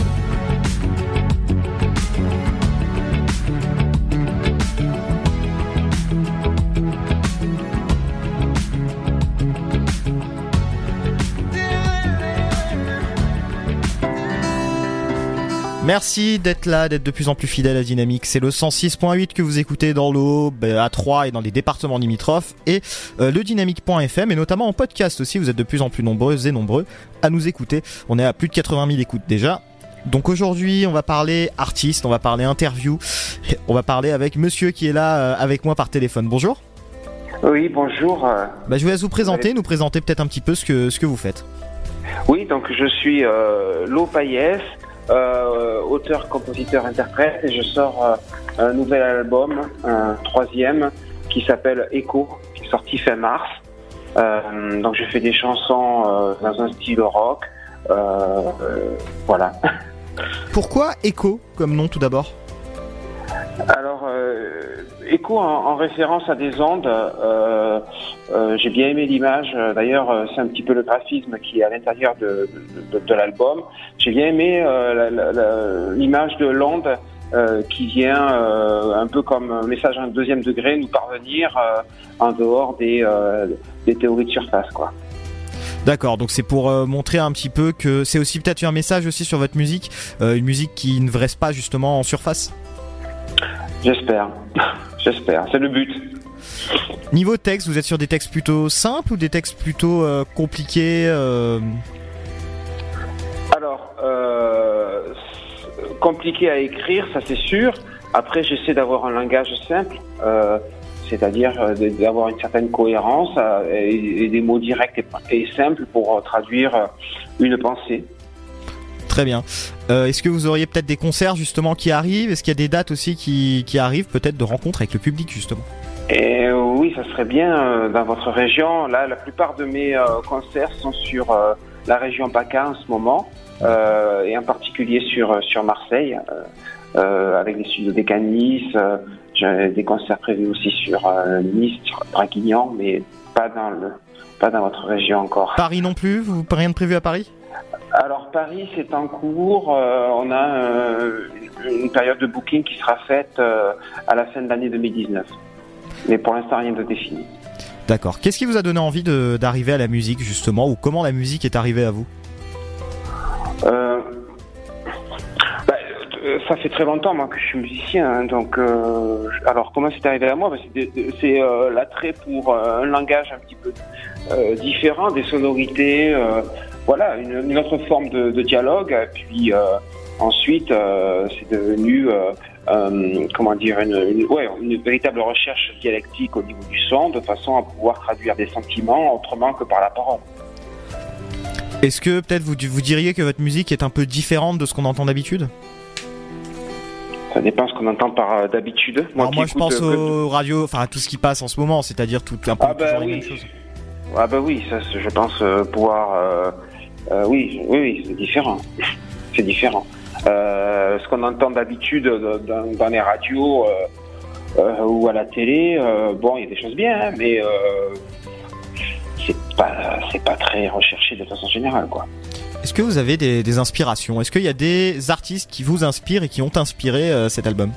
Merci d'être là, d'être de plus en plus fidèle à Dynamique. C'est le 106.8 que vous écoutez dans l'Aube, à Troyes et dans les départements limitrophes, et le dynamique.fm, et notamment en podcast aussi. Vous êtes de plus en plus nombreuses et nombreux à nous écouter. On est à plus de 80 000 écoutes déjà. Donc aujourd'hui, on va parler artiste, on va parler interview, on va parler avec monsieur qui est là avec moi par téléphone. Bonjour. Oui, bonjour. Je vous laisse vous présenter, nous présenter peut-être un petit peu ce que vous faites. Oui, donc je suis Lo Payès, auteur, compositeur, interprète, et je sors un nouvel album, un 3e, qui s'appelle Echo, qui est sorti fin mars. Donc je fais des chansons dans un style rock, voilà. Pourquoi Echo comme nom tout d'abord? Alors, Echo en référence à des ondes, j'ai bien aimé l'image, d'ailleurs c'est un petit peu le graphisme qui est à l'intérieur de l'album. J'ai bien aimé l'image de l'onde qui vient un peu comme un message à un 2e degré nous parvenir en dehors des théories de surface, quoi. D'accord, donc c'est pour montrer un petit peu que c'est aussi peut-être un message aussi sur votre musique, une musique qui ne reste pas justement en surface. J'espère, c'est le but. Niveau texte, vous êtes sur des textes plutôt simples ou des textes plutôt compliqués Alors, compliqué à écrire, ça c'est sûr. Après, j'essaie d'avoir un langage simple, c'est-à-dire d'avoir une certaine cohérence et des mots directs et simples pour traduire une pensée. Très bien. Est-ce que vous auriez peut-être des concerts justement qui arrivent? Est-ce qu'il y a des dates aussi qui arrivent, peut-être de rencontres avec le public justement? Et oui, ça serait bien dans votre région. Là, la plupart de mes concerts sont sur la région PACA en ce moment, et en particulier sur Marseille, avec les studios des Canis. J'ai des concerts prévus aussi sur Nice, Draguignan, mais pas dans votre région encore. Paris non plus? Rien de prévu à Paris? Alors Paris, c'est en cours. On a une période de booking qui sera faite à la fin de l'année 2019. Mais pour l'instant, rien de défini. D'accord. Qu'est-ce qui vous a donné envie d'arriver à la musique justement, ou comment la musique est arrivée à vous? Ça fait très longtemps moi que je suis musicien, hein, donc alors comment c'est arrivé à moi? C'est l'attrait pour un langage un petit peu différent, des sonorités, voilà, une autre forme de dialogue. Et puis ensuite c'est devenu une véritable recherche dialectique au niveau du son, de façon à pouvoir traduire des sentiments autrement que par la parole. Est-ce que peut-être vous diriez que votre musique est un peu différente de ce qu'on entend d'habitude? Ça dépend ce qu'on entend par d'habitude. Moi je pense aux radios, enfin à tout ce qui passe en ce moment, c'est-à-dire tout un peu toujours les mêmes choses. Ah bah oui, ça je pense pouvoir... oui, c'est différent. C'est différent. Ce qu'on entend d'habitude dans les radios ou à la télé, bon, il y a des choses bien, hein, mais c'est pas très recherché de façon générale, quoi. Est-ce que vous avez des inspirations? Est-ce qu'il y a des artistes qui vous inspirent et qui ont inspiré cet album?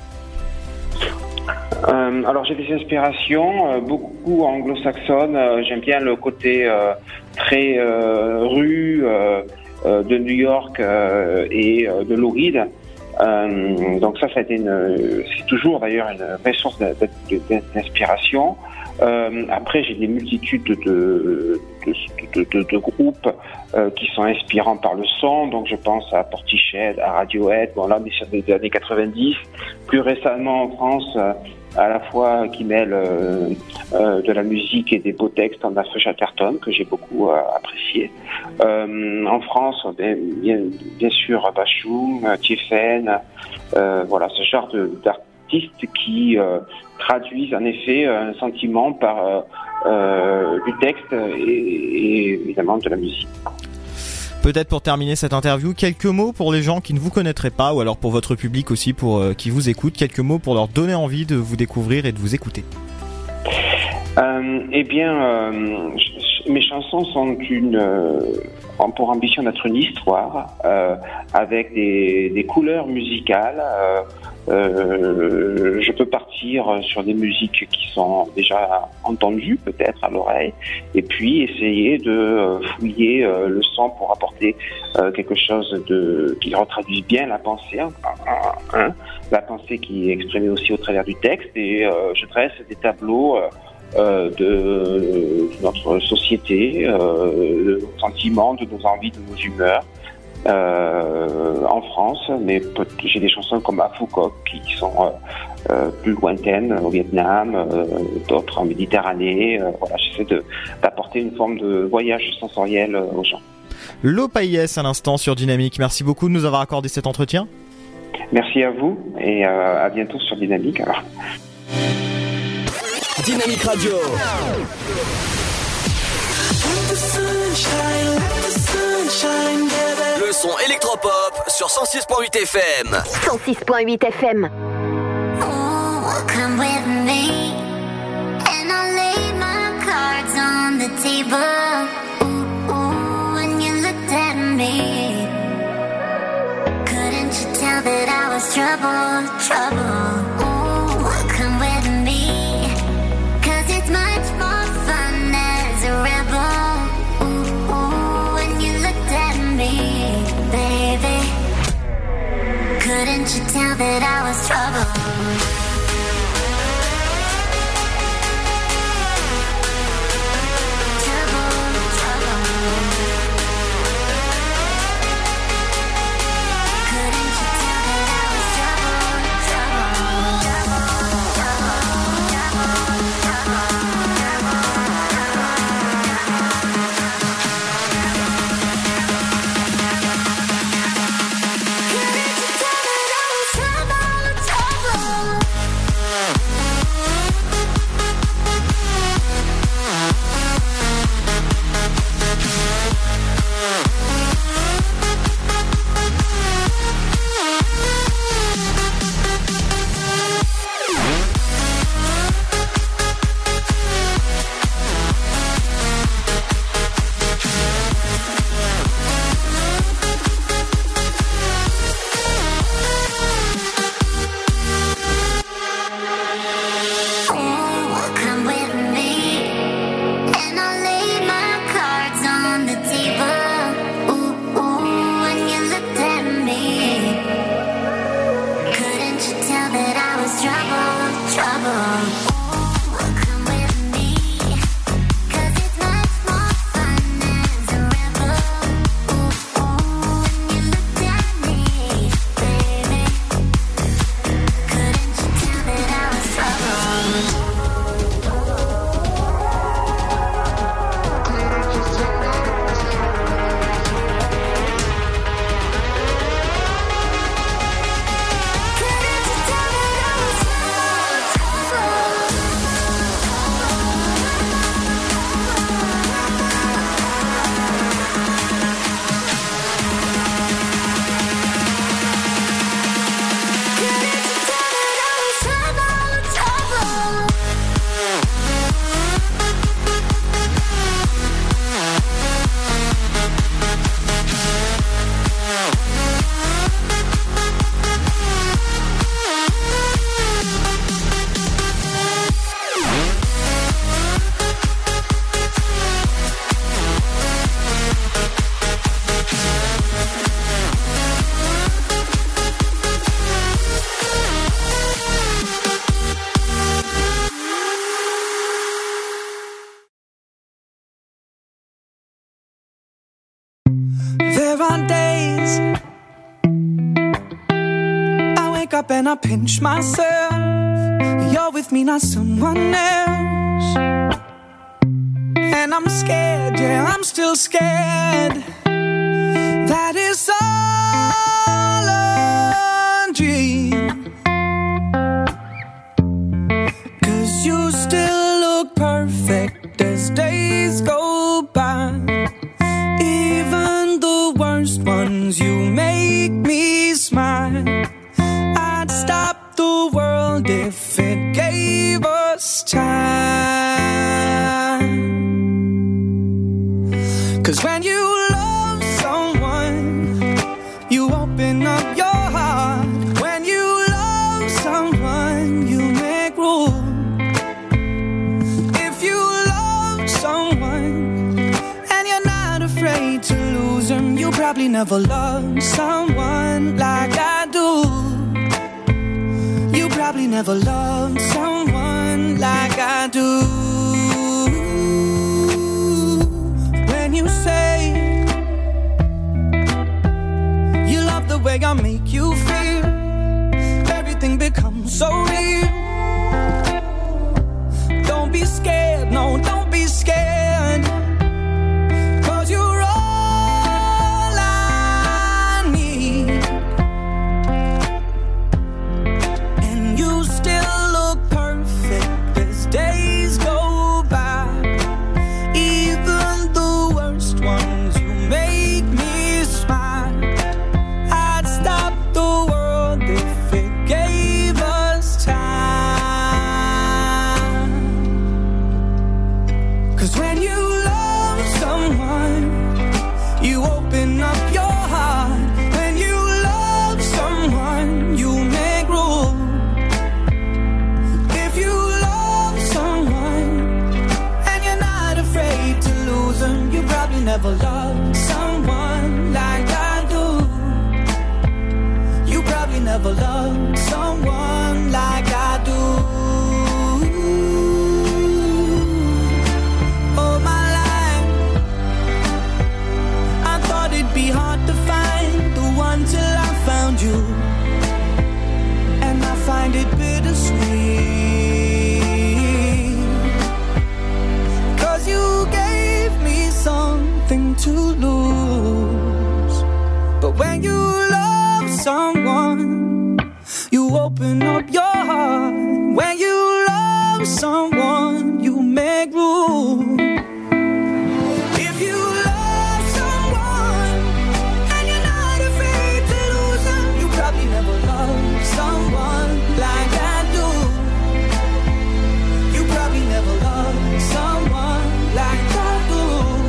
Alors j'ai des inspirations, beaucoup anglo-saxonnes. J'aime bien le côté très rue de New York et de Lou Reed. Donc ça a été c'est toujours d'ailleurs une vraie source d'inspiration. Après, j'ai des multitudes de groupes qui sont inspirants par le son. Donc, je pense à Portiched, à Radiohead. Bon, là, on est sur des années 90. Plus récemment, en France, à la fois qui mêle de la musique et des beaux textes, on a Feu Chatterton, que j'ai beaucoup apprécié. En France, bien sûr, Bachung, Tiefen, voilà, ce genre d'artistes qui traduisent en effet un sentiment par du texte et évidemment de la musique. Peut-être pour terminer cette interview, quelques mots pour les gens qui ne vous connaîtraient pas, ou alors pour votre public aussi, pour qui vous écoute, quelques mots pour leur donner envie de vous découvrir et de vous écouter. Mes chansons sont ont pour ambition d'être une histoire avec des couleurs musicales. Je peux partir sur des musiques qui sont déjà entendues peut-être à l'oreille, et puis essayer de fouiller le son pour apporter quelque chose qui retraduise bien la pensée, la pensée qui est exprimée aussi au travers du texte. Et je dresse des tableaux de notre société, de nos sentiments, de nos envies, de nos humeurs. En France, mais j'ai des chansons comme à Foucault qui sont plus lointaines, au Vietnam, d'autres en Méditerranée. Voilà, j'essaie d'apporter une forme de voyage sensoriel aux gens. Lo Payès à l'instant sur Dynamique. Merci beaucoup de nous avoir accordé cet entretien. Merci à vous et à bientôt sur Dynamique. Alors. Dynamique Radio. Le son électropop sur 106.8 FM. 106.8 FM. Oh, come with me and I'll lay my cards on the table. Ooh, when you looked at me, couldn't you tell that I was trouble? Oh, come with me, 'cause it's much more fun as a rebel. Baby, couldn't you tell that I was trouble? There are days I wake up and I pinch myself. You're with me, not someone else. And I'm scared, yeah, I'm still scared. That is all a dream. 'Cause you still look perfect as days go by. Even the worst ones, you make me smile. I'd stop the world if it gave us time. 'Cause when you love someone, you open up your heart. When you love someone, you make room. If you love someone and you're not afraid to lose them, you probably never loved someone like I do. You probably never loved someone like I do. When you say you love the way I make you feel, everything becomes so real. Don't be scared, no, don't be scared. 'Cause you're all I need. And you still look perfect as days go by. Even the worst ones, you make me smile. I'd stop the world if it gave us time. 'Cause when you love someone, you open up your heart. When you love someone, you make room. If you love someone and you're not afraid to lose them, you probably never loved someone like I do. You probably never loved someone like I do. All my life I thought it'd be hard to find the one till I found you. And I find it bittersweet. 'Cause you gave me something to lose. But when you love someone, you open up your heart. When you love someone, you make room. If you love someone and you're not afraid to lose them, you probably never loved someone like I do. You probably never loved someone like I do.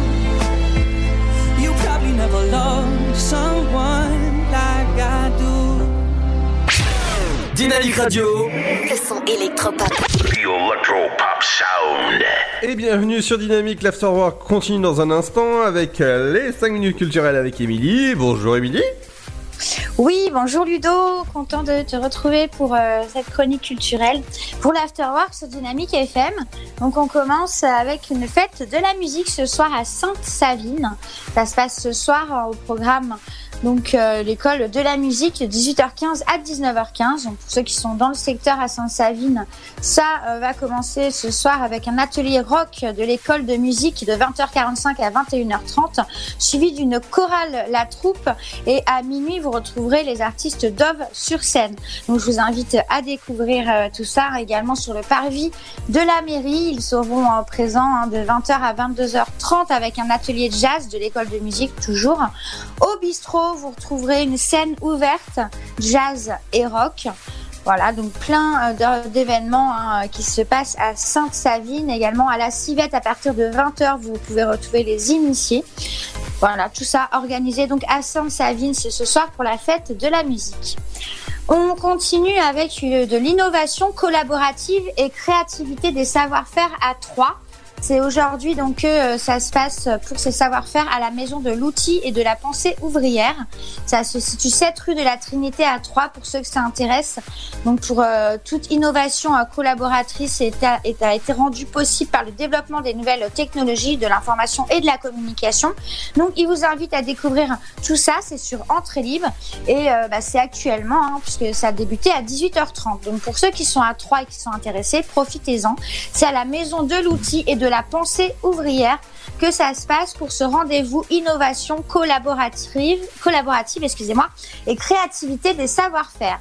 You probably never loved someone like I do. Dynamique Radio. Le son électropop. The Electropop Sound. Et bienvenue sur Dynamique, l'Afterwork continue dans un instant avec les 5 minutes culturelles avec Émilie. Bonjour Émilie. Oui, bonjour Ludo, content de te retrouver pour cette chronique culturelle pour l'Afterwork sur Dynamique FM. Donc on commence avec une fête de la musique ce soir à Sainte-Savine. Ça se passe ce soir au programme donc l'école de la musique de 18h15 à 19h15. Donc pour ceux qui sont dans le secteur à Sainte-Savine, ça va commencer ce soir avec un atelier rock de l'école de musique de 20h45 à 21h30, suivi d'une chorale La Troupe, et à minuit vous retrouverez les artistes Dove sur scène. Donc je vous invite à découvrir tout ça également sur le parvis de la mairie. Ils seront présents de 20h à 22h30 avec un atelier de jazz de l'école de musique toujours. Au bistrot, vous retrouverez une scène ouverte, jazz et rock. Voilà, donc plein d'événements qui se passent à Sainte-Savine. Également à la Civette, à partir de 20h, vous pouvez retrouver les initiés. Voilà, tout ça organisé donc à Sainte-Savine, c'est ce soir pour la fête de la musique. On continue avec de l'innovation collaborative et créativité des savoir-faire à Troyes. C'est aujourd'hui donc que ça se passe pour ces savoir-faire à la Maison de l'Outil et de la Pensée Ouvrière. Ça se situe 7 rue de la Trinité à Troyes pour ceux que ça intéresse. Donc pour toute innovation collaboratrice a été rendue possible par le développement des nouvelles technologies de l'information et de la communication. Donc il vous invite à découvrir tout ça, c'est sur entrée libre et c'est actuellement puisque ça a débuté à 18h30. Donc pour ceux qui sont à Troyes et qui sont intéressés, profitez-en. C'est à la Maison de l'Outil et de la Pensée Ouvrière que ça se passe pour ce rendez-vous innovation collaborative, et créativité des savoir-faire.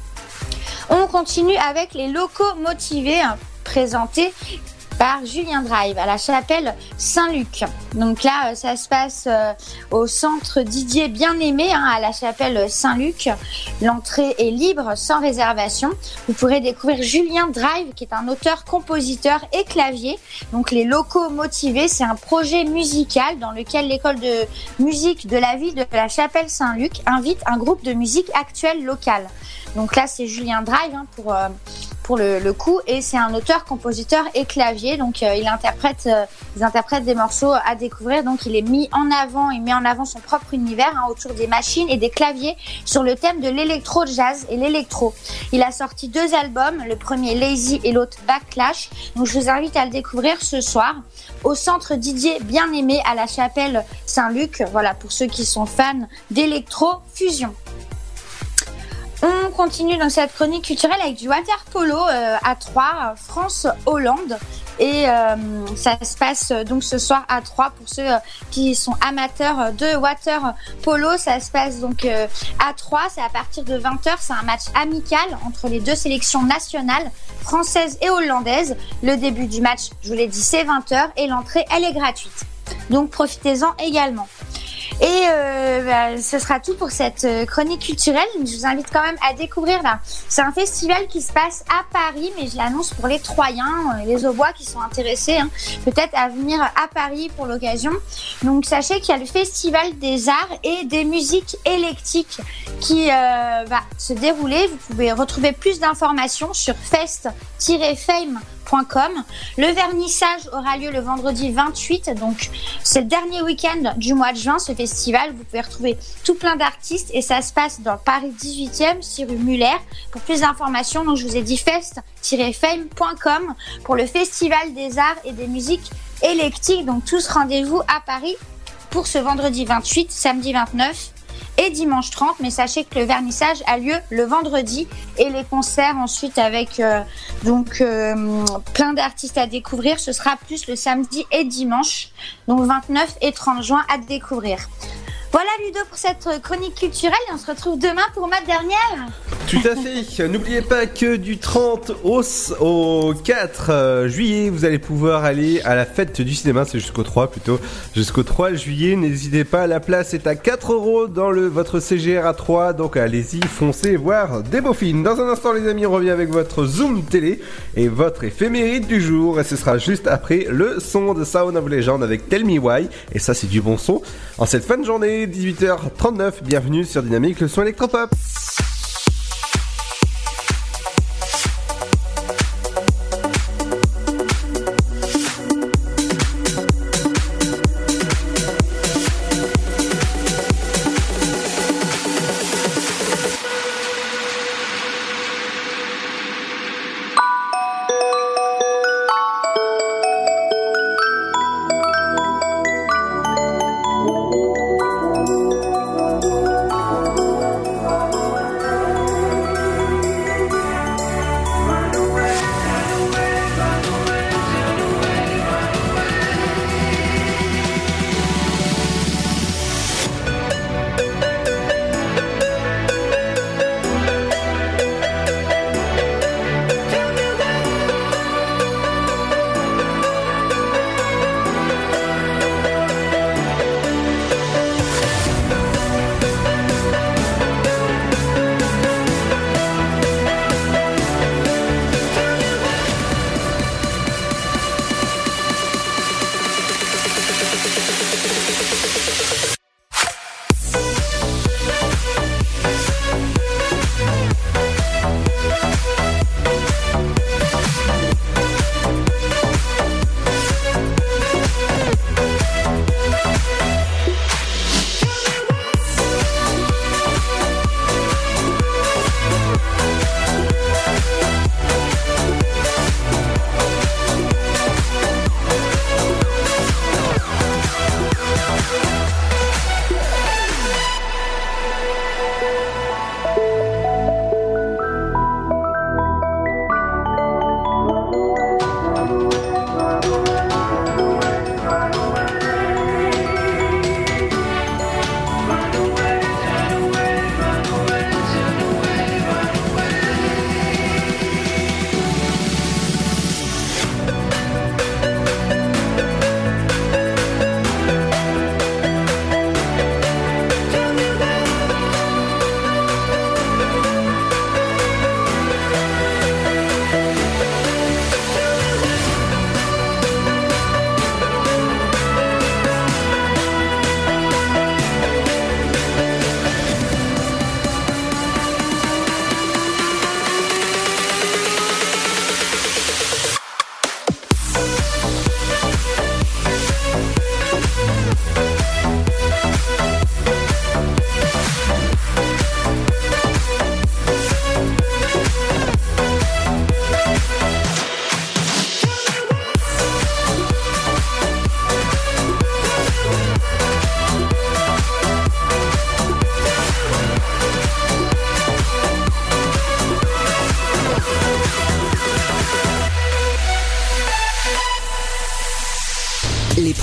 On continue avec les locaux motivés présentés par Julien Drive à la chapelle Saint-Luc. Donc là, ça se passe au centre Didier Bien-Aimé à la chapelle Saint-Luc. L'entrée est libre, sans réservation. Vous pourrez découvrir Julien Drive, qui est un auteur, compositeur et clavier. Donc les locaux motivés, c'est un projet musical dans lequel l'école de musique de la ville de la chapelle Saint-Luc invite un groupe de musique actuelle locale. Donc là, c'est Julien Drive pour le coup, et c'est un auteur, compositeur et clavier. Donc ils interprètent des morceaux à découvrir. Donc il met en avant son propre univers autour des machines et des claviers sur le thème de l'électro-jazz et l'électro. Il a sorti 2 albums, le premier Lazy et l'autre Backlash. Donc je vous invite à le découvrir ce soir au centre Didier Bien-Aimé à la chapelle Saint-Luc. Voilà, pour ceux qui sont fans d'électro-fusion. On continue dans cette chronique culturelle avec du water polo à Troyes, France-Hollande. Et ça se passe donc ce soir à Troyes pour ceux qui sont amateurs de water polo. Ça se passe donc à Troyes, c'est à partir de 20h. C'est un match amical entre les 2 sélections nationales, françaises et hollandaises. Le début du match, je vous l'ai dit, c'est 20h et l'entrée, elle est gratuite. Donc profitez-en également. Et ce sera tout pour cette chronique culturelle. Je vous invite quand même à découvrir là. C'est un festival qui se passe à Paris, mais je l'annonce pour les Troyens, les Aubois qui sont intéressés, peut-être à venir à Paris pour l'occasion. Donc sachez qu'il y a le Festival des Arts et des Musiques électriques qui va se dérouler. Vous pouvez retrouver plus d'informations sur fest-fame.com. Le vernissage aura lieu le vendredi 28, donc c'est le dernier week-end du mois de juin, ce festival. Vous pouvez retrouver tout plein d'artistes et ça se passe dans Paris 18e, 6 rue Muller. Pour plus d'informations, donc je vous ai dit fest-fame.com pour le Festival des Arts et des Musiques électriques. Donc tous rendez-vous à Paris pour ce vendredi 28, samedi 29 et dimanche 30, mais sachez que le vernissage a lieu le vendredi et les concerts ensuite avec plein d'artistes à découvrir, ce sera plus le samedi et dimanche, donc 29 et 30 juin à découvrir. Voilà Ludo pour cette chronique culturelle et on se retrouve demain pour ma dernière. Tout à fait, n'oubliez pas que du 30 au 4 juillet, vous allez pouvoir aller à la fête du cinéma, c'est jusqu'au 3 juillet, n'hésitez pas, la place est à 4€ dans votre CGR à 3, donc allez-y, foncez voir des beaux films. Dans un instant les amis, on revient avec votre Zoom télé et votre éphéméride du jour, et ce sera juste après le son de Sound of Legend avec Tell Me Why, et ça c'est du bon son. En cette fin de journée, 18h39, bienvenue sur Dynamique, le son électropop.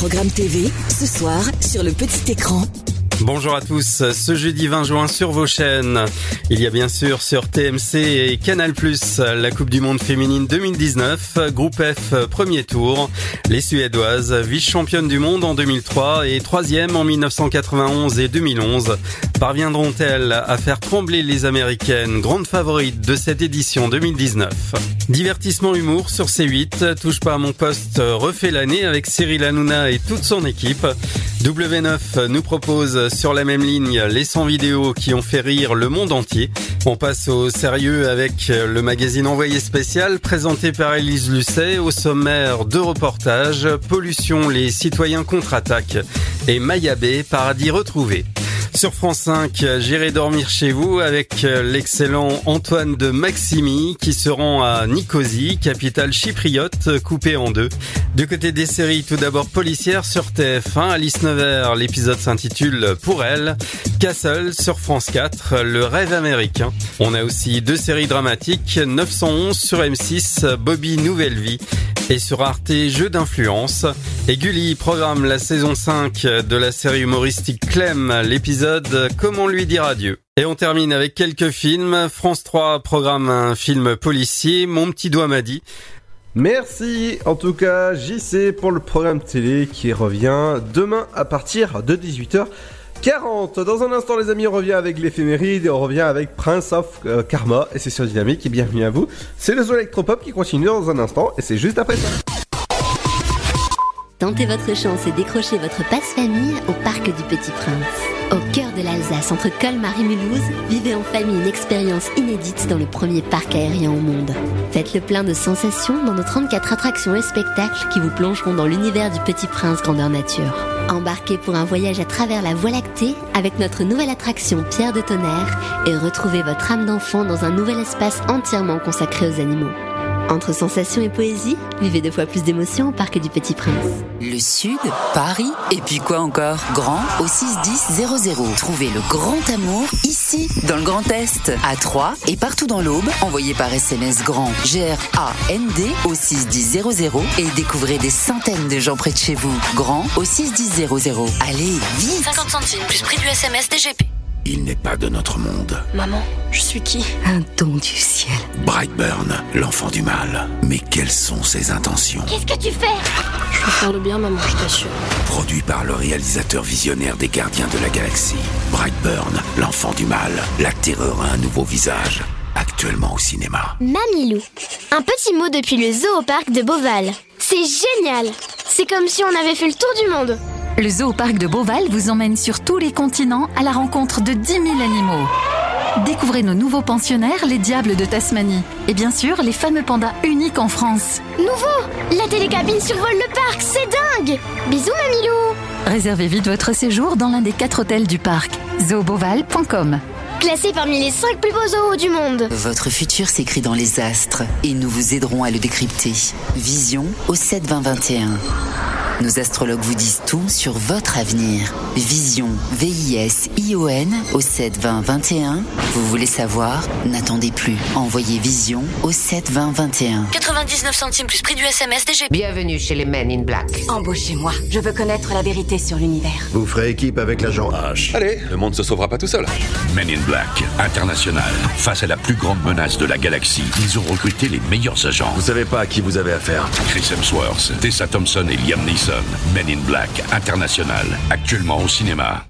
programmes TV, ce soir, sur le petit écran. Bonjour à tous, ce jeudi 20 juin sur vos chaînes, il y a bien sûr sur TMC et Canal+, la Coupe du Monde féminine 2019, groupe F, premier tour. Les Suédoises, vice-championnes du monde en 2003 et troisième en 1991 et 2011, parviendront-elles à faire trembler les Américaines, grandes favorites de cette édition 2019? Divertissement humour sur C8, Touche pas à mon poste refait l'année avec Cyril Hanouna et toute son équipe. W9 nous propose sur la même ligne les 100 vidéos qui ont fait rire le monde entier. On passe au sérieux avec le magazine Envoyé spécial présenté par Élise Lucet. Au sommaire, 2 reportages, pollution, les citoyens contre-attaquent et Mayabé, paradis retrouvé. Sur France 5, j'irai dormir chez vous avec l'excellent Antoine de Maximi qui se rend à Nicosie, capitale chypriote coupée en 2. Du côté des séries, tout d'abord policière sur TF1, Alice Nevers, l'épisode s'intitule Pour elle. Castle sur France 4, Le rêve américain. On a aussi 2 séries dramatiques, 911 sur M6, Bobby Nouvelle Vie. Et sur Arte, Jeux d'influence. Et Gulli programme la saison 5 de la série humoristique Clem, l'épisode Comment lui dire adieu. Et on termine avec quelques films. France 3 programme un film policier, Mon petit doigt m'a dit. Merci en tout cas JC pour le programme télé qui revient demain à partir de 18h40. Dans un instant les amis, on revient avec l'éphéméride et on revient avec Prince of Karma et c'est sur Dynamique et bienvenue à vous. C'est le zoo électropop qui continue dans un instant et c'est juste après ça. Tentez votre chance et décrochez votre passe-famille au Parc du Petit Prince. Au cœur de l'Alsace, entre Colmar et Mulhouse, vivez en famille une expérience inédite dans le premier parc aérien au monde. Faites le plein de sensations dans nos 34 attractions et spectacles qui vous plongeront dans l'univers du Petit Prince grandeur nature. Embarquez pour un voyage à travers la Voie lactée avec notre nouvelle attraction Pierre de Tonnerre et retrouvez votre âme d'enfant dans un nouvel espace entièrement consacré aux animaux. Entre sensations et poésie, vivez 2 fois plus d'émotions au Parc du Petit Prince. Le Sud, Paris, et puis quoi encore? Grand au 61000. Trouvez le grand amour ici, dans le Grand Est, à Troyes et partout dans l'Aube. Envoyez par SMS GRAND, G-R-A-N-D au 61000 et découvrez des centaines de gens près de chez vous. Grand au 61000. Allez, vite! 50 centimes plus prix du SMS DGP. Il n'est pas de notre monde. Maman, je suis qui? Un don du ciel. Brightburn, l'enfant du mal. Mais quelles sont ses intentions? Qu'est-ce que tu fais? Je veux faire le bien, maman, je t'assure. Produit par le réalisateur visionnaire des Gardiens de la Galaxie. Brightburn, l'enfant du mal. La terreur a un nouveau visage. Actuellement au cinéma. Mamilou. Un petit mot depuis le zoo au parc de Beauval. C'est génial! C'est comme si on avait fait le tour du monde. Le zoo parc de Beauval vous emmène sur tous les continents à la rencontre de 10 000 animaux. Découvrez nos nouveaux pensionnaires, les diables de Tasmanie. Et bien sûr, les fameux pandas uniques en France. Nouveau! La télécabine survole le parc, c'est dingue! Bisous Mamilou! Réservez vite votre séjour dans l'un des 4 hôtels du parc. zooboval.com. Classé parmi les 5 plus beaux zoos du monde. Votre futur s'écrit dans les astres et nous vous aiderons à le décrypter. Vision au 72021. Nos astrologues vous disent tout sur votre avenir. Vision, V-I-S-I-O-N au 72021. Vous voulez savoir? N'attendez plus. Envoyez Vision au 72021. 99 centimes plus prix du SMS DGP. Bienvenue chez les Men in Black. Embauchez-moi. Je veux connaître la vérité sur l'univers. Vous ferez équipe avec l'agent H. Allez, le monde se sauvera pas tout seul. Men in Black, international. Face à la plus grande menace de la galaxie, ils ont recruté les meilleurs agents. Vous savez pas à qui vous avez affaire. Chris Hemsworth, Tessa Thompson et Liam Neeson. Men in Black, international. Actuellement au cinéma.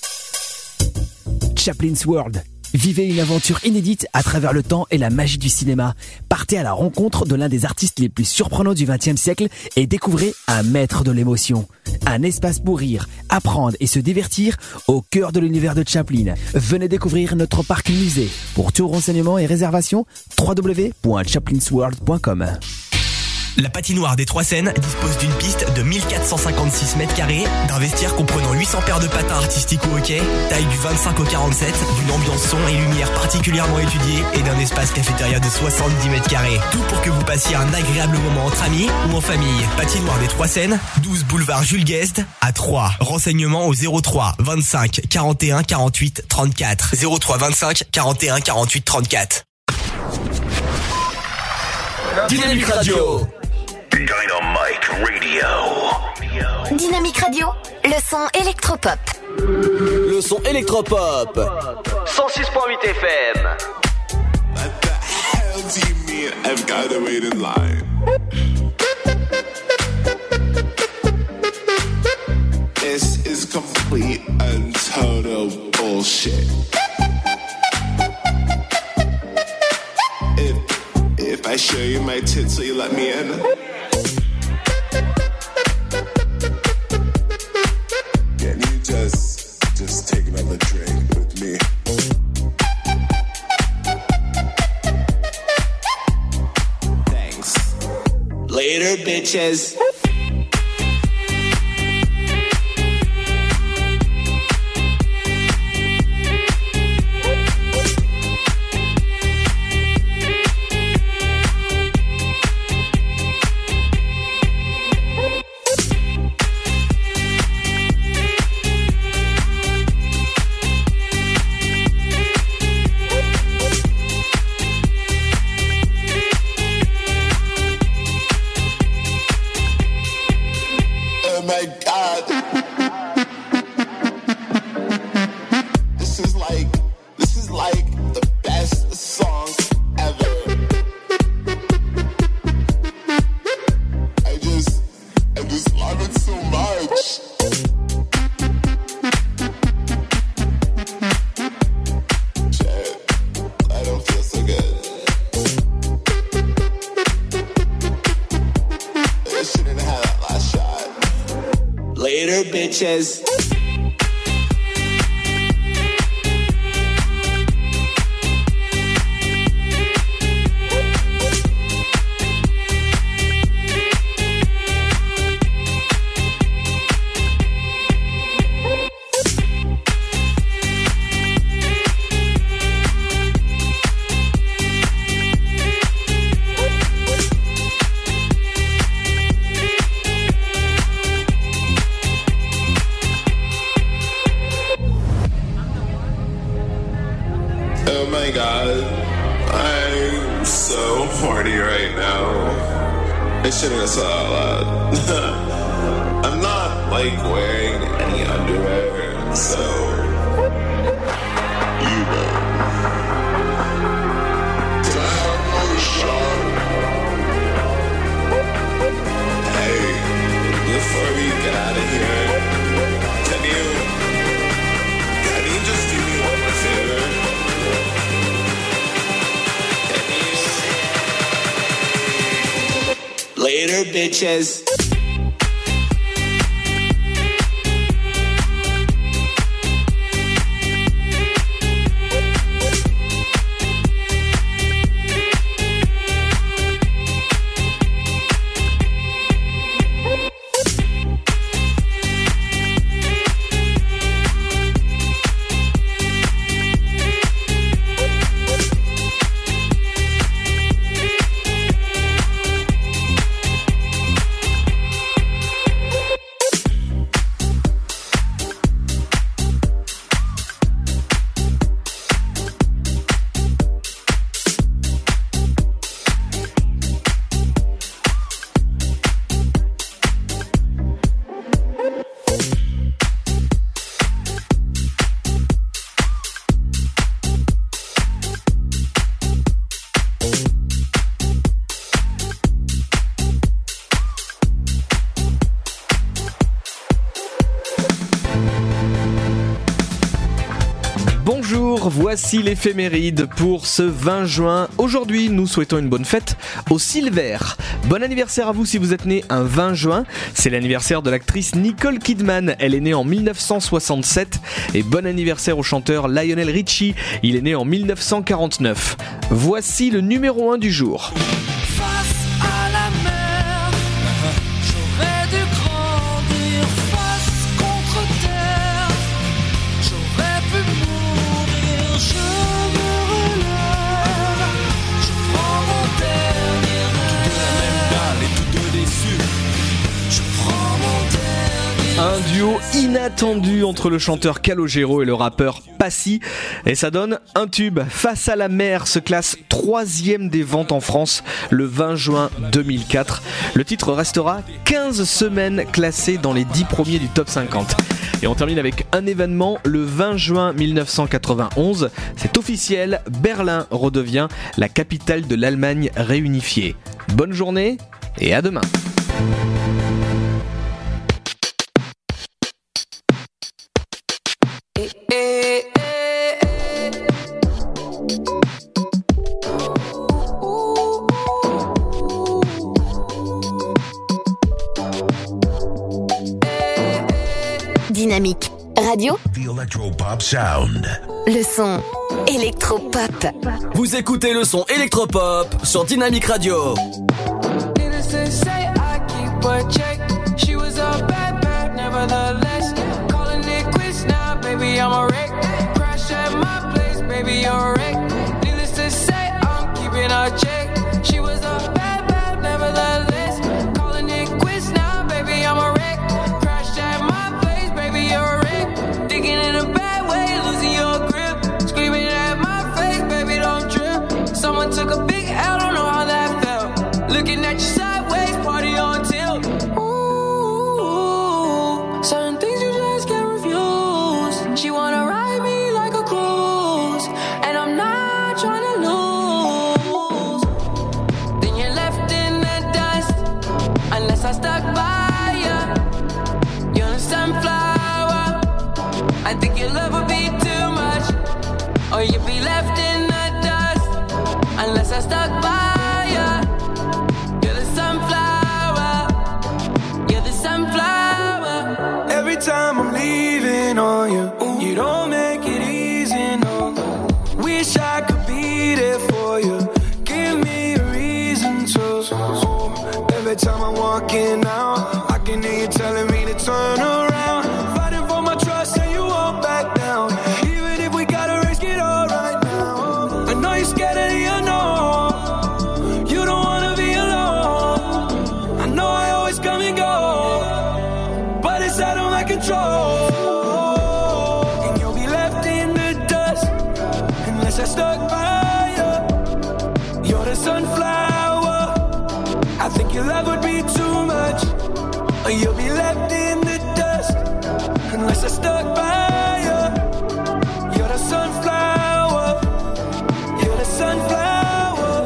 Chaplin's World. Vivez une aventure inédite à travers le temps et la magie du cinéma. Partez à la rencontre de l'un des artistes les plus surprenants du XXe siècle et découvrez un maître de l'émotion. Un espace pour rire, apprendre et se divertir au cœur de l'univers de Chaplin. Venez découvrir notre parc musée. Pour tout renseignement et réservation, www.chaplinsworld.com. La patinoire des Trois Seines dispose d'une piste de 1456 mètres carrés, d'un vestiaire comprenant 800 paires de patins artistiques au hockey, taille du 25 au 47, d'une ambiance son et lumière particulièrement étudiée et d'un espace cafétéria de 70 mètres carrés. Tout pour que vous passiez un agréable moment entre amis ou en famille. Patinoire des Trois Seines, 12 boulevard Jules Guest à Troyes. Renseignements au 03 25 41 48 34. 03 25 41 48 34. Dynamique Radio. Dynamite Radio. Dynamique Radio, le son électropop. Le son électropop. 106.8 FM. What the hell do you mean I've gotta wait in line? This is complete and total bullshit. If I show you my tits, will you let me in? Can you just take another drink with me? Thanks. Later, bitches. Bitches. Bitches. Voici l'éphéméride pour ce 20 juin. Aujourd'hui, nous souhaitons une bonne fête aux Silver. Bon anniversaire à vous si vous êtes né un 20 juin. C'est l'anniversaire de l'actrice Nicole Kidman. Elle est née en 1967. Et bon anniversaire au chanteur Lionel Richie. Il est né en 1949. Voici le numéro 1 du jour. Un duo inattendu entre le chanteur Calogero et le rappeur Passy. Et ça donne un tube. Face à la mer se classe 3e des ventes en France le 20 juin 2004. Le titre restera 15 semaines classé dans les 10 premiers du top 50. Et on termine avec un événement le 20 juin 1991. C'est officiel, Berlin redevient la capitale de l'Allemagne réunifiée. Bonne journée et à demain. Dynamique Radio. The Electropop Sound. Le son électropop. Vous écoutez le son électropop sur Dynamique Radio. Every time I'm walking out, I can hear you telling me to turn around. Fighting for my trust and you won't back down. Even if we gotta risk it all right now. I know you're scared of the unknown. You don't wanna be alone. I know I always come and go, but it's out of my control. And you'll be left in the dust unless I stuck by you. You're the sunflower. I think your love would be too much, or you'll be left in the dust unless I stuck by you. You're the sunflower. You're the sunflower.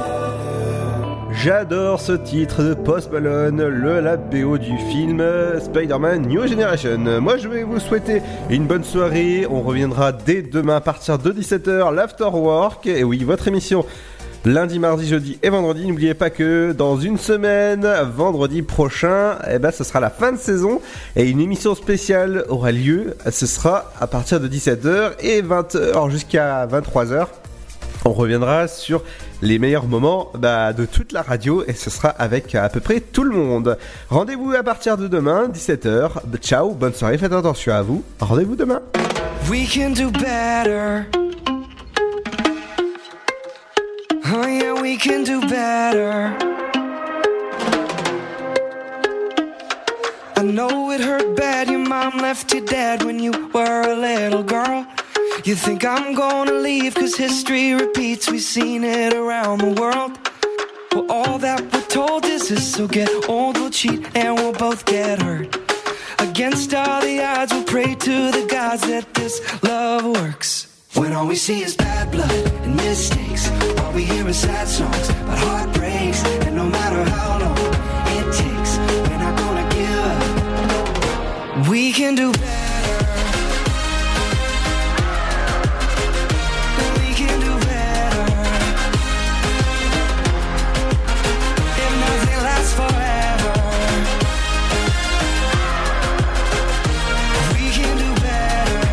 J'adore ce titre de Post Malone, la BO du film Spider-Man New Generation. Moi je vais vous souhaiter une bonne soirée. On reviendra dès demain à partir de 17h, l'Afterwork. Et oui, votre émission lundi, mardi, jeudi et vendredi. N'oubliez pas que dans une semaine, vendredi prochain, ce sera la fin de saison et une émission spéciale aura lieu. Ce sera à partir de 17h et 20h jusqu'à 23h. On reviendra sur les meilleurs moments de toute la radio et ce sera avec à peu près tout le monde. Rendez-vous à partir de demain, 17h. Ciao, bonne soirée, faites attention à vous. Rendez-vous demain. We can do better. Oh yeah, we can do better. I know it hurt bad, your mom left you dead when you were a little girl. You think I'm gonna leave cause history repeats, we've seen it around the world. Well, all that we're told is this, so get old, we'll cheat and we'll both get hurt. Against all the odds, we'll pray to the gods that this love works. When all we see is bad blood and mistakes, all we hear is sad songs about heartbreaks. And no matter how long it takes, we're not gonna give up. We can do better. We can do better. If nothing lasts forever, we can do better.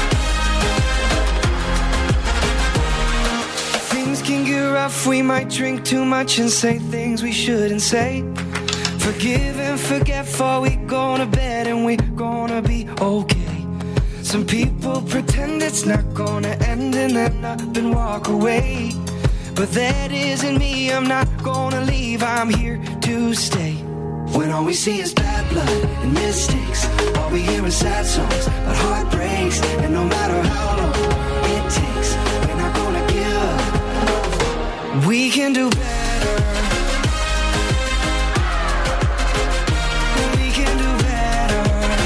Things can get rough, we might drink too much and say things we shouldn't say. Forgive and forget before we go to bed and we're gonna be okay. Some people pretend it's not gonna end and then up and walk away. But that isn't me, I'm not gonna leave, I'm here to stay. When all we see is bad blood and mistakes, all we hear is sad songs about heartbreaks. And no matter how long it takes, we're not gonna give up. We can do better. We can do better.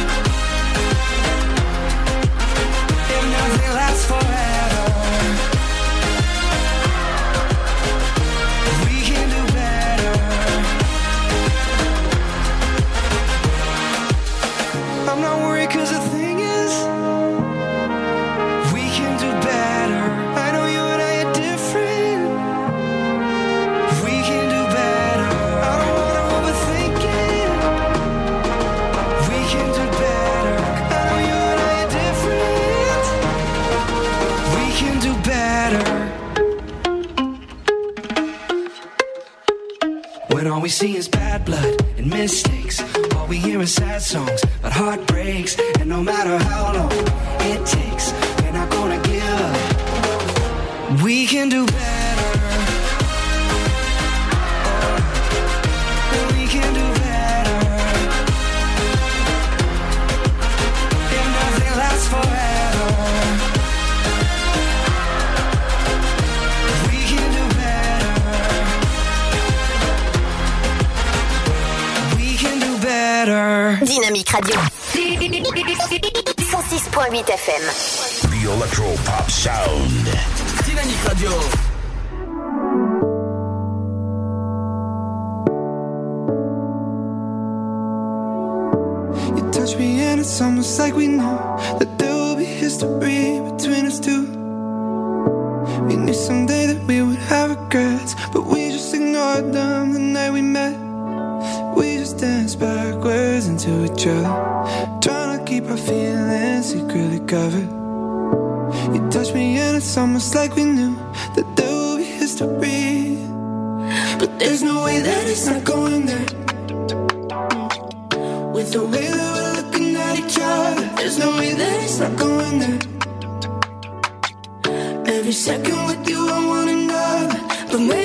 If nothing lasts forever, we can do better. I'm not worried 'cause the thing is, we can do better. I know you and I are different. We can do better. I don't wanna overthink it. We can do better. I know you and I are different. We can do better. When all we see is bad blood and mistakes, all we hear is sad songs about heartbreaks. And no matter how long it takes, we're not gonna give up. We can do better. We can do better. If nothing lasts forever, we can do better. We can do better. Dynamique Radio. 106.8 FM. The Electro Pop Sound. Dynamique Radio. You touch me and it's almost like we knew that there will be history between us two. We knew someday that we would have regrets, but we just ignored them the night we met. We just danced backwards into each other, trying to keep our feelings secretly covered. You touch me and it's almost like we knew that there will be history, but there's no way that it's not going there. With the way that we're looking at each other, there's no way that it's not going there. Every second with you I want another, but maybe